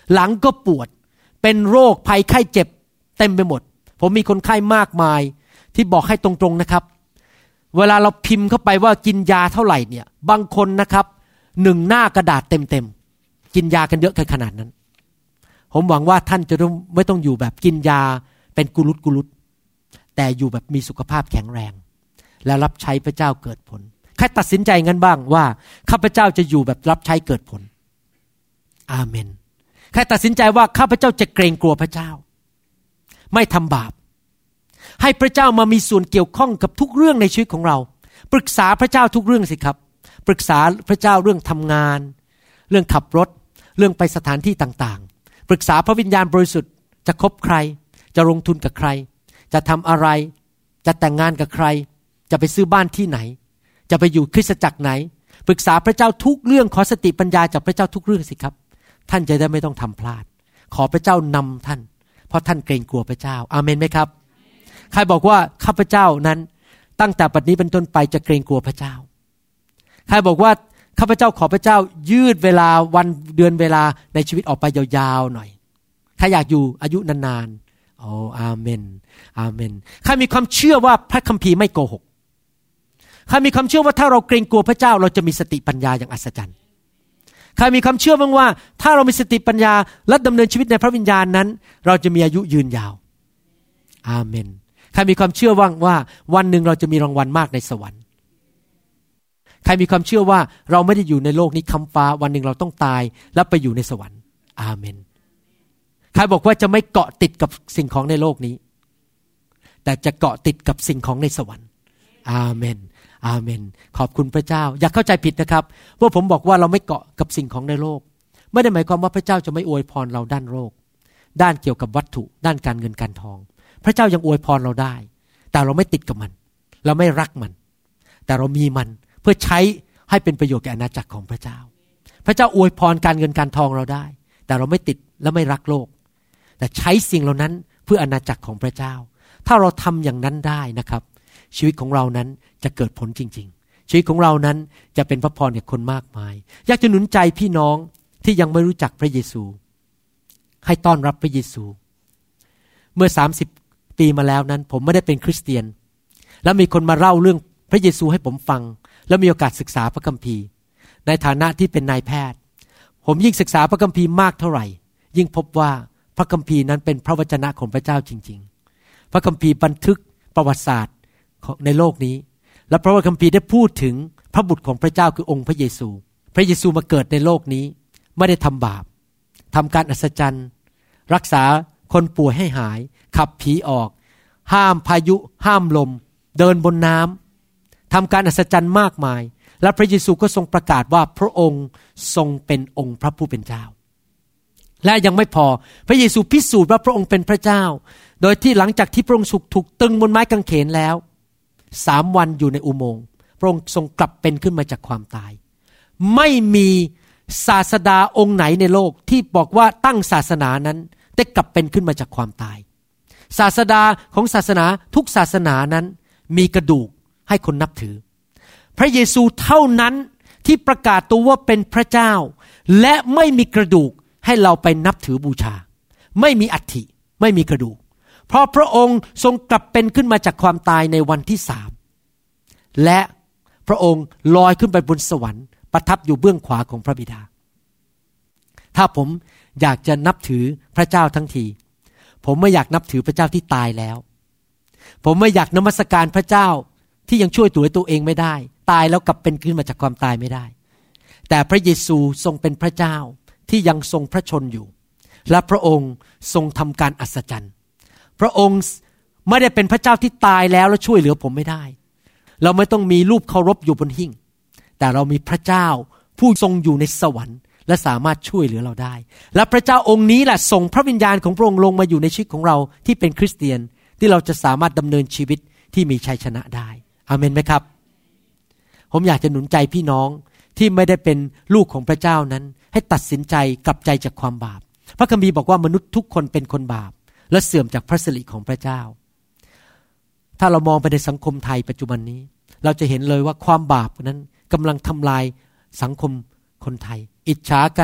หลังก็ปวดเป็นโรคภัยไข้เจ็บเต็มไปหมดผมมีคนไข้มากมายที่บอกให้ตรงๆนะครับเวลาเราพิมพ์เข้าไปว่ากินยาเท่าไหร่เนี่ยบางคนนะครับหนึ่งหน้ากระดาษเต็มๆกินยากันเยอะขนาดนั้นผมหวังว่าท่านจะไม่ต้องอยู่แบบกินยาเป็นกุลุตกุลุตแต่อยู่แบบมีสุขภาพแข็งแรงและรับใช้พระเจ้าเกิดผลใครตัดสินใจงั้นบ้างว่าข้าพเจ้าจะอยู่แบบรับใช้เกิดผลอาเมนใครตัดสินใจว่าข้าพเจ้าจะเกรงกลัวพระเจ้าไม่ทำบาปให้พระเจ้ามามีส่วนเกี่ยวข้องกับทุกเรื่องในชีวิตของเราปรึกษาพระเจ้าทุกเรื่องสิครับปรึกษาพระเจ้าเรื่องทำงานเรื่องขับรถเรื่องไปสถานที่ต่างๆปรึกษาพระวิญญาณบริสุทธิ์จะคบใครจะลงทุนกับใครจะทำอะไรจะแต่งงานกับใครจะไปซื้อบ้านที่ไหนจะไปอยู่คริสตจักรไหนปรึกษาพระเจ้าทุกเรื่องขอสติปัญญาจากพระเจ้าทุกเรื่องสิครับท่านจะได้ไม่ต้องทำพลาดขอพระเจ้านำท่านเพราะท่านเกรงกลัวพระเจ้าอาเมนไหมครับใครบอกว่าข้าพเจ้านั้นตั้งแต่บัดนี้เป็นต้นไปจะเกรงกลัวพระเจ้าใครบอกว่าข้าพเจ้าขอพระเจ้ายืดเวลาวันเดือนเวลาในชีวิตออกไปยาวๆหน่อยใครอยากอยู่อายุนานๆโอ้อาเมนอาเมนใครมีความเชื่อว่าพระคัมภีร์ไม่โกหกใครมีความเชื่อว่าถ้าเราเกรงกลัวพระเจ้าเราจะมีสติปัญญาอย่างอัศจรรย์ใครมีความเชื่อบ้างว่าถ้าเรามีสติปัญญาและดำเนินชีวิตในพระวิญญาณนั้นเราจะมีอายุยืนยาวอาเมนใครมีความเชื่อว่างว่าวันหนึ่งเราจะมีรางวัลมากในสวรรค์ใครมีความเชื่อว่าเราไม่ได้อยู่ในโลกนี้ค้ำฟ้าวันหนึ่งเราต้องตายแล้วไปอยู่ในสวรรค์อาเมนใครบอกว่าจะไม่เกาะติดกับสิ่งของในโลกนี้แต่จะเกาะติดกับสิ่งของในสวรรค์อาเมนอาเมนขอบคุณพระเจ้าอย่าเข้าใจผิดนะครับว่าผมบอกว่าเราไม่เกาะกับสิ่งของในโลกไม่ได้หมายความว่าพระเจ้าจะไม่อวยพรเราด้านโลกด้านเกี่ยวกับวัตถุด้านการเงินการทองพระเจ้ายังอวยพรเราได้แต่เราไม่ติดกับมันเราไม่รักมันแต่เรามีมันเพื่อใช้ให้เป็นประโยชน์แก่อาณาจักรของพระเจ้าพระเจ้าอวยพรการเงินการทองเราได้แต่เราไม่ติดและไม่รักโลกแต่ใช้สิ่งเหล่านั้นเพื่ออาณาจักรของพระเจ้าถ้าเราทำอย่างนั้นได้นะครับชีวิตของเรานั้นจะเกิดผลจริงๆชีวิตของเรานั้นจะเป็นพระพรแก่คนมากมายอยากจะหนุนใจพี่น้องที่ยังไม่รู้จักพระเยซูให้ต้อนรับพระเยซูเมื่อสามสิบปีมาแล้วนั้นผมไม่ได้เป็นคริสเตียนแล้วมีคนมาเล่าเรื่องพระเยซูให้ผมฟังแล้วมีโอกาสศึกษาพระคัมภีร์ในฐานะที่เป็นนายแพทย์ผมยิ่งศึกษาพระคัมภีร์มากเท่าไหร่ยิ่งพบว่าพระคัมภีร์นั้นเป็นพระวจนะของพระเจ้าจริงๆพระคัมภีร์บันทึกประวัติศาสตร์ในโลกนี้และพระคัมภีร์ได้พูดถึงพระบุตรของพระเจ้าคือองค์พระเยซูพระเยซูมาเกิดในโลกนี้ไม่ได้ทำบาปทำการอัศจรรย์รักษาคนป่วยให้หายขับผีออกห้ามพายุห้ามลมเดินบนน้ำทำการอัศจรรย์มากมายและพระเยซูก็ทรงประกาศว่าพระองค์ทรงเป็นองค์พระผู้เป็นเจ้าและยังไม่พอพระเยซูพิสูจน์ว่าพระองค์เป็นพระเจ้าโดยที่หลังจากที่พระองค์ถูกตรึงบนไม้กางเขนแล้วสามวันอยู่ในอุโมงค์พระองค์ทรงกลับเป็นขึ้นมาจากความตายไม่มีศาสดาองค์ไหนในโลกที่บอกว่าตั้งศาสนานั้นได้กลับเป็นขึ้นมาจากความตายศาสดาของศาสนาทุกศาสนานั้นมีกระดูกให้คนนับถือพระเยซูเท่านั้นที่ประกาศตัวว่าเป็นพระเจ้าและไม่มีกระดูกให้เราไปนับถือบูชาไม่มีอัฐิไม่มีกระดูกเพราะพระองค์ทรงกลับเป็นขึ้นมาจากความตายในวันที่สามและพระองค์ลอยขึ้นไปบนสวรรค์ประทับอยู่เบื้องขวาของพระบิดาถ้าผมอยากจะนับถือพระเจ้าทั้งทีผมไม่อยากนับถือพระเจ้าที่ตายแล้วผมไม่อยากนมัสการพระเจ้าที่ยังช่วยตัวตัวเองไม่ได้ตายแล้วกลับเป็นขึ้นมาจากความตายไม่ได้แต่พระเยซูทรงเป็นพระเจ้าที่ยังทรงพระชนอยู่และพระองค์ทรงทำการอัศจรรย์พระองค์ไม่ได้เป็นพระเจ้าที่ตายแล้วแล้วช่วยเหลือผมไม่ได้เราไม่ต้องมีรูปเคารพอยู่บนหิ้งแต่เรามีพระเจ้าผู้ทรงอยู่ในสวรรค์และสามารถช่วยเหลือเราได้และพระเจ้าองค์นี้แหละส่งพระวิญญาณของพระองค์ลงมาอยู่ในชีวิตของเราที่เป็นคริสเตียนที่เราจะสามารถดำเนินชีวิตที่มีชัยชนะได้อาเมนไหมครับผมอยากจะหนุนใจพี่น้องที่ไม่ได้เป็นลูกของพระเจ้านั้นให้ตัดสินใจกลับใจจากความบาปพระคัมภีร์บอกว่ามนุษย์ทุกคนเป็นคนบาปและเสื่อมจากพระสิริของพระเจ้าถ้าเรามองไปในสังคมไทยปัจจุบันนี้เราจะเห็นเลยว่าความบาปนั้นกำลังทำลายสังคมคนไทยอิจฉากัน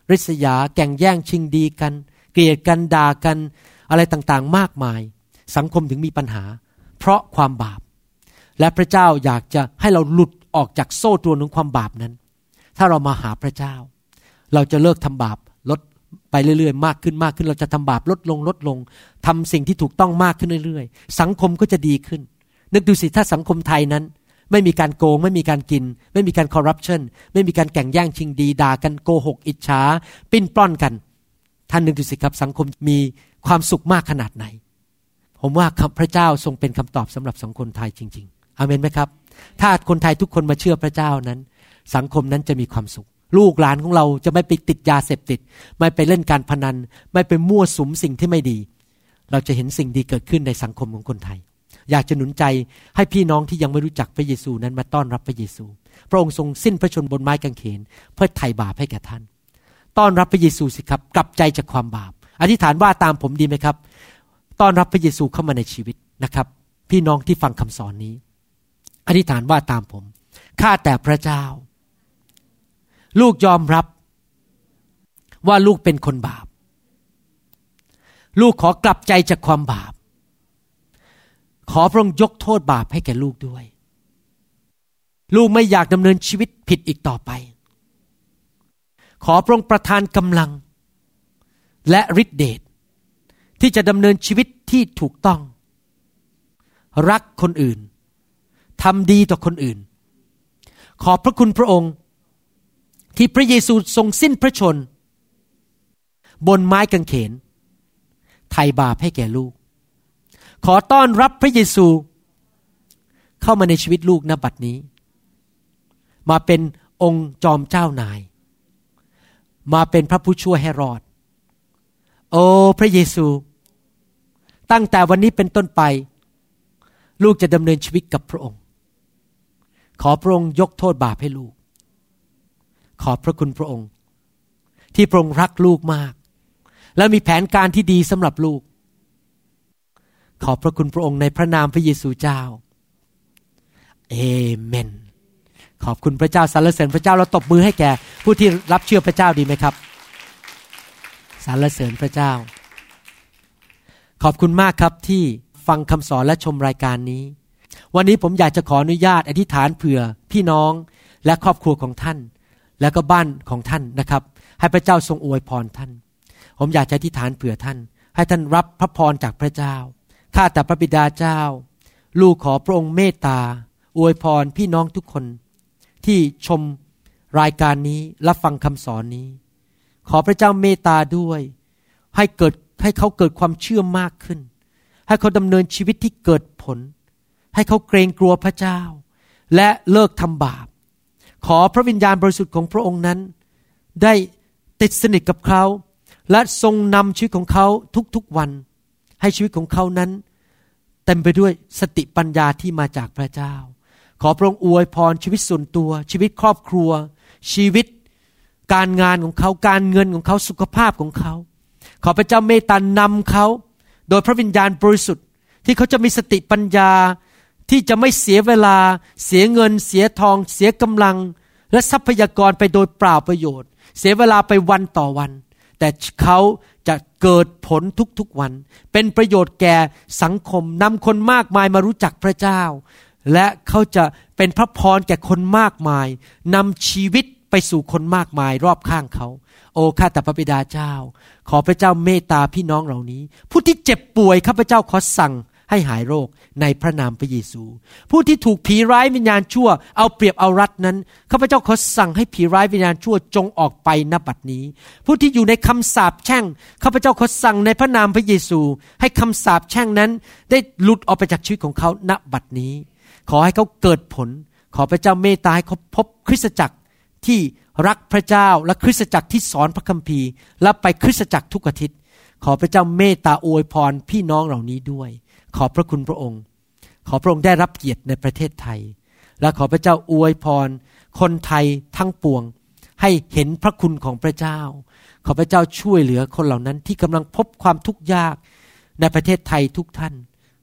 ริษยาแก่งแย่งชิงดีกันเกลียดกันด่ากันอะไรต่างๆมากมายสังคมถึงมีปัญหาเพราะความบาปและพระเจ้าอยากจะให้เราหลุดออกจากโซ่ตรวนของความบาปนั้นถ้าเรามาหาพระเจ้าเราจะเลิกทำบาปลดไปเรื่อยๆมากขึ้นมากขึ้นเราจะทำบาปลดลงลดลงทำสิ่งที่ถูกต้องมากขึ้นเรื่อยๆสังคมก็จะดีขึ้นนึกดูสิถ้าสังคมไทยนั้นไม่มีการโกงไม่มีการกินไม่มีการคอร์รัปชันไม่มีการแข่งแย่งชิงดีด่ากันโกหกอิจฉาปิ้นปล้อนกันท่านนึกดูสิครับสังคมมีความสุขมากขนาดไหนผมว่าพระเจ้าทรงเป็นคำตอบสำหรับสังคมไทยจริงๆอาเมนไหมครับถ้าคนไทยทุกคนมาเชื่อพระเจ้านั้นสังคมนั้นจะมีความสุขลูกหลานของเราจะไม่ไปติดยาเสพติดไม่ไปเล่นการพนันไม่ไปมั่วสุมสิ่งที่ไม่ดีเราจะเห็นสิ่งดีเกิดขึ้นในสังคมของคนไทยอยากจะหนุนใจให้พี่น้องที่ยังไม่รู้จักพระเยซูนั้นมาต้อนรับพระเยซูพระองค์ทรงสิ้นพระชนม์บนไม้กางเขนเพื่อไถ่บาปให้แก่ท่านต้อนรับพระเยซูสิครับกลับใจจากความบาปอธิษฐานว่าตามผมดีไหมครับต้อนรับพระเยซูเข้ามาในชีวิตนะครับพี่น้องที่ฟังคำสอนนี้อธิษฐานว่าตามผมข้าแต่พระเจ้าลูกยอมรับว่าลูกเป็นคนบาปลูกขอกลับใจจากความบาปขอพระองค์ยกโทษบาปให้แก่ลูกด้วยลูกไม่อยากดำเนินชีวิตผิดอีกต่อไปขอพระองค์ประทานกำลังและฤทธิเดชที่จะดำเนินชีวิตที่ถูกต้องรักคนอื่นทำดีต่อคนอื่นขอบพระคุณพระองค์ที่พระเยซูทรงสิ้นพระชนม์บนไม้กางเขนไถ่บาปให้แก่ลูกขอต้อนรับพระเยซูเข้ามาในชีวิตลูกณบัดนี้มาเป็นองค์จอมเจ้านายมาเป็นพระผู้ช่วยให้รอดโอ้พระเยซูตั้งแต่วันนี้เป็นต้นไปลูกจะดำเนินชีวิตกับพระองค์ขอพระองค์ยกโทษบาปให้ลูกขอบพระคุณพระองค์ที่พระองค์รักลูกมากและมีแผนการที่ดีสำหรับลูกขอบพระคุณพระองค์ในพระนามพระเยซูเจ้าเอเมนขอบคุณพระเจ้าสรรเสริญพระเจ้าเราตบมือให้แก่ผู้ที่รับเชื่อพระเจ้าดีไหมครับสรรเสริญพระเจ้าขอบคุณมากครับที่ฟังคำสอนและชมรายการนี้วันนี้ผมอยากจะขออนุญาตอธิษฐานเผื่อพี่น้องและครอบครัวของท่านและก็บ้านของท่านนะครับให้พระเจ้าทรงอวยพรท่านผมอยากจะอธิษฐานเผื่อท่านให้ท่านรับพระพรจากพระเจ้าข้าแต่พระบิดาเจ้าลูกขอพระองค์เมตตาอวยพรพี่น้องทุกคนที่ชมรายการนี้รับฟังคำสอนนี้ขอพระเจ้าเมตตาด้วยให้เกิดให้เขาเกิดความเชื่อมากขึ้นให้เขาดำเนินชีวิตที่เกิดผลให้เขาเกรงกลัวพระเจ้าและเลิกทำบาปขอพระวิญญาณบริสุทธิ์ของพระองค์นั้นได้ติดสนิทกับเขาและทรงนำชีวิตของเขาทุกๆวันให้ชีวิตของเขานั้นเต็มไปด้วยสติปัญญาที่มาจากพระเจ้าขอพระองค์อวยพรชีวิตส่วนตัวชีวิตครอบครัวชีวิตการงานของเขาการเงินของเขาสุขภาพของเขาขอพระเจ้าเมตตานำเขาโดยพระวิญญาณบริสุทธิ์ที่เขาจะมีสติปัญญาที่จะไม่เสียเวลาเสียเงินเสียทองเสียกำลังและทรัพยากรไปโดยเปล่าประโยชน์เสียเวลาไปวันต่อวันแต่เขาจะเกิดผลทุกๆวันเป็นประโยชน์แก่สังคมนำคนมากมายมารู้จักพระเจ้าและเขาจะเป็นพระพรแก่คนมากมายนำชีวิตไปสู่คนมากมายรอบข้างเขาโอ้ข้าแต่พระบิดาเจ้าขอพระเจ้าเมตตาพี่น้องเหล่านี้ผู้ที่เจ็บป่วยข้าพเจ้าขอสั่งให้หายโรคในพระนามพระเยซูผู้ที่ถูกผีร้ายวิญญาณชั่วเอาเปรียบเอารัดนั้นข้าพเจ้าขอสั่งให้ผีร้ายวิญญาณชั่วจงออกไปณบัดนี้ผู้ที่อยู่ในคำสาปแช่งข้าพเจ้าขอสั่งในพระนามพระเยซูให้คำสาปแช่งนั้นได้หลุดออกไปจากชีวิตของเขาณบัดนี้ขอให้เขาเกิดผลขอพระเจ้าเมตตาให้เขาพบคริสตจักรที่รักพระเจ้าและคริสตจักรที่สอนพระคัมภีร์และไปคริสตจักรทุกอาทิตย์ขอพระเจ้าเมตตาอวยพรพี่น้องเหล่านี้ด้วยขอบพระคุณพระองค์ขอพระองค์ได้รับเกียรติในประเทศไทยและขอพระเจ้าอวยพรคนไทยทั้งปวงให้เห็นพระคุณของพระเจ้าขอพระเจ้าช่วยเหลือคนเหล่านั้นที่กำลังพบความทุกข์ยากในประเทศไทยทุกท่าน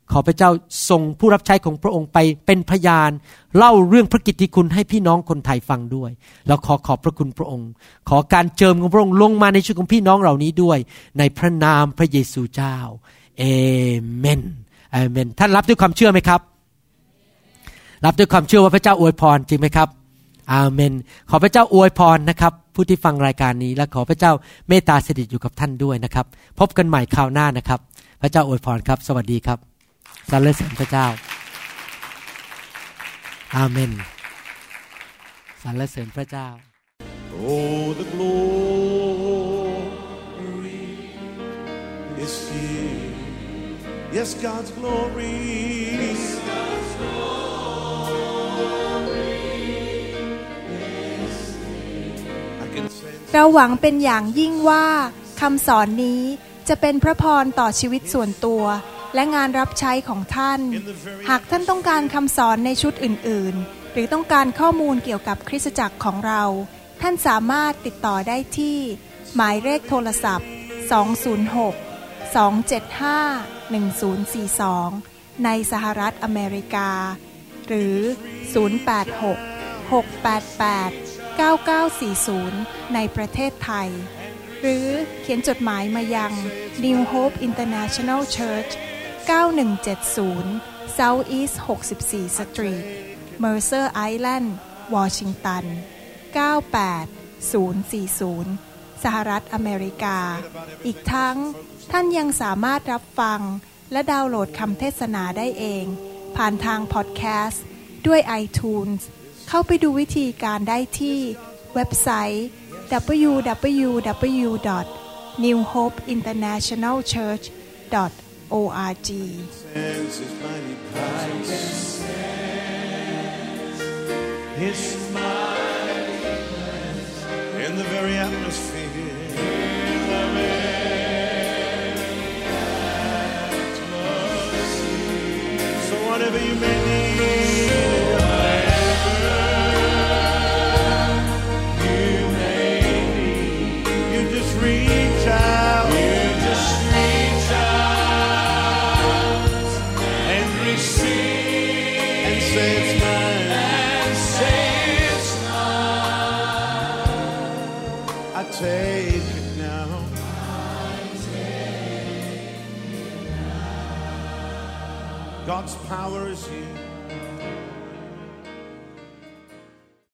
ขอพระเจ้าส่งผู้รับใช้ของพระองค์ไปเป็นพยานเล่าเรื่องพระกิตติคุณให้พี่น้องคนไทยฟังด้วยแล้วขอขอบพระคุณพระองค์ขอการเจิมของพระองค์ลงมาในชีวิตของพี่น้องเหล่านี้ด้วยในพระนามพระเยซูเจ้าเอเมนเอเมนท่านรับด้วยความเชื่อไหมครับรับด้วยความเชื่อว่าพระเจ้าอวยพรจริงไหมครับอาเมนขอพระเจ้าอวยพรนะครับผู้ที่ฟังรายการนี้และขอพระเจ้าเมตตาสถิตอยู่กับท่านด้วยนะครับพบกันใหม่คราวหน้านะครับพระเจ้าอวยพรครับสวัสดีครับสรรเสริญพระเจ้าอาเมนสรรเสริญพระเจ้า Oh the glory is here Yes God's glory Yes God's glory is here I can sense เราหวังเป็นอย่างยิ่งว่าคำสอนนี้จะเป็นพระพรต่อชีวิตส่วนตัวและงานรับใช้ของท่านหากท่านต้องการคำสอนในชุดอื่นๆหรือต้องการข้อมูลเกี่ยวกับคริสตจักรของเราท่านสามารถติดต่อได้ที่หมายเลขโทรศัพท์สอง ศูนย์ หก สอง เจ็ด ห้า หนึ่ง ศูนย์ สี่ สองในสหรัฐอเมริกาหรือศูนย์ แปด หก หก แปด แปด เก้า เก้า สี่ ศูนย์ในประเทศไทยหรือเขียนจดหมายมายัง New Hope International Church เก้าหนึ่งเจ็ดศูนย์ South East หกสิบสี่ Street Mercer Island Washington เก้าแปดศูนย์สี่ศูนย์สหรัฐอเมริกาอีกทั้งท่านยังสามารถรับฟังและดาวน์โหลดคำเทศนาได้เองผ่านทางพอดแคสต์ด้วย iTunes เข้าไปดูวิธีการได้ที่เว็บไซต์ ดับเบิลยู ดับเบิลยู ดับเบิลยู ดอท นิว โฮป อินเตอร์เนชั่นแนล เชิร์ช ดอท โอ อาร์ จี His mighty presence in the very atmosphere. In the very atmosphere. So whatever you may need, whatever you may need, you just reach out. You just reach out and receive and say it's mine. Take it now. God's power is here.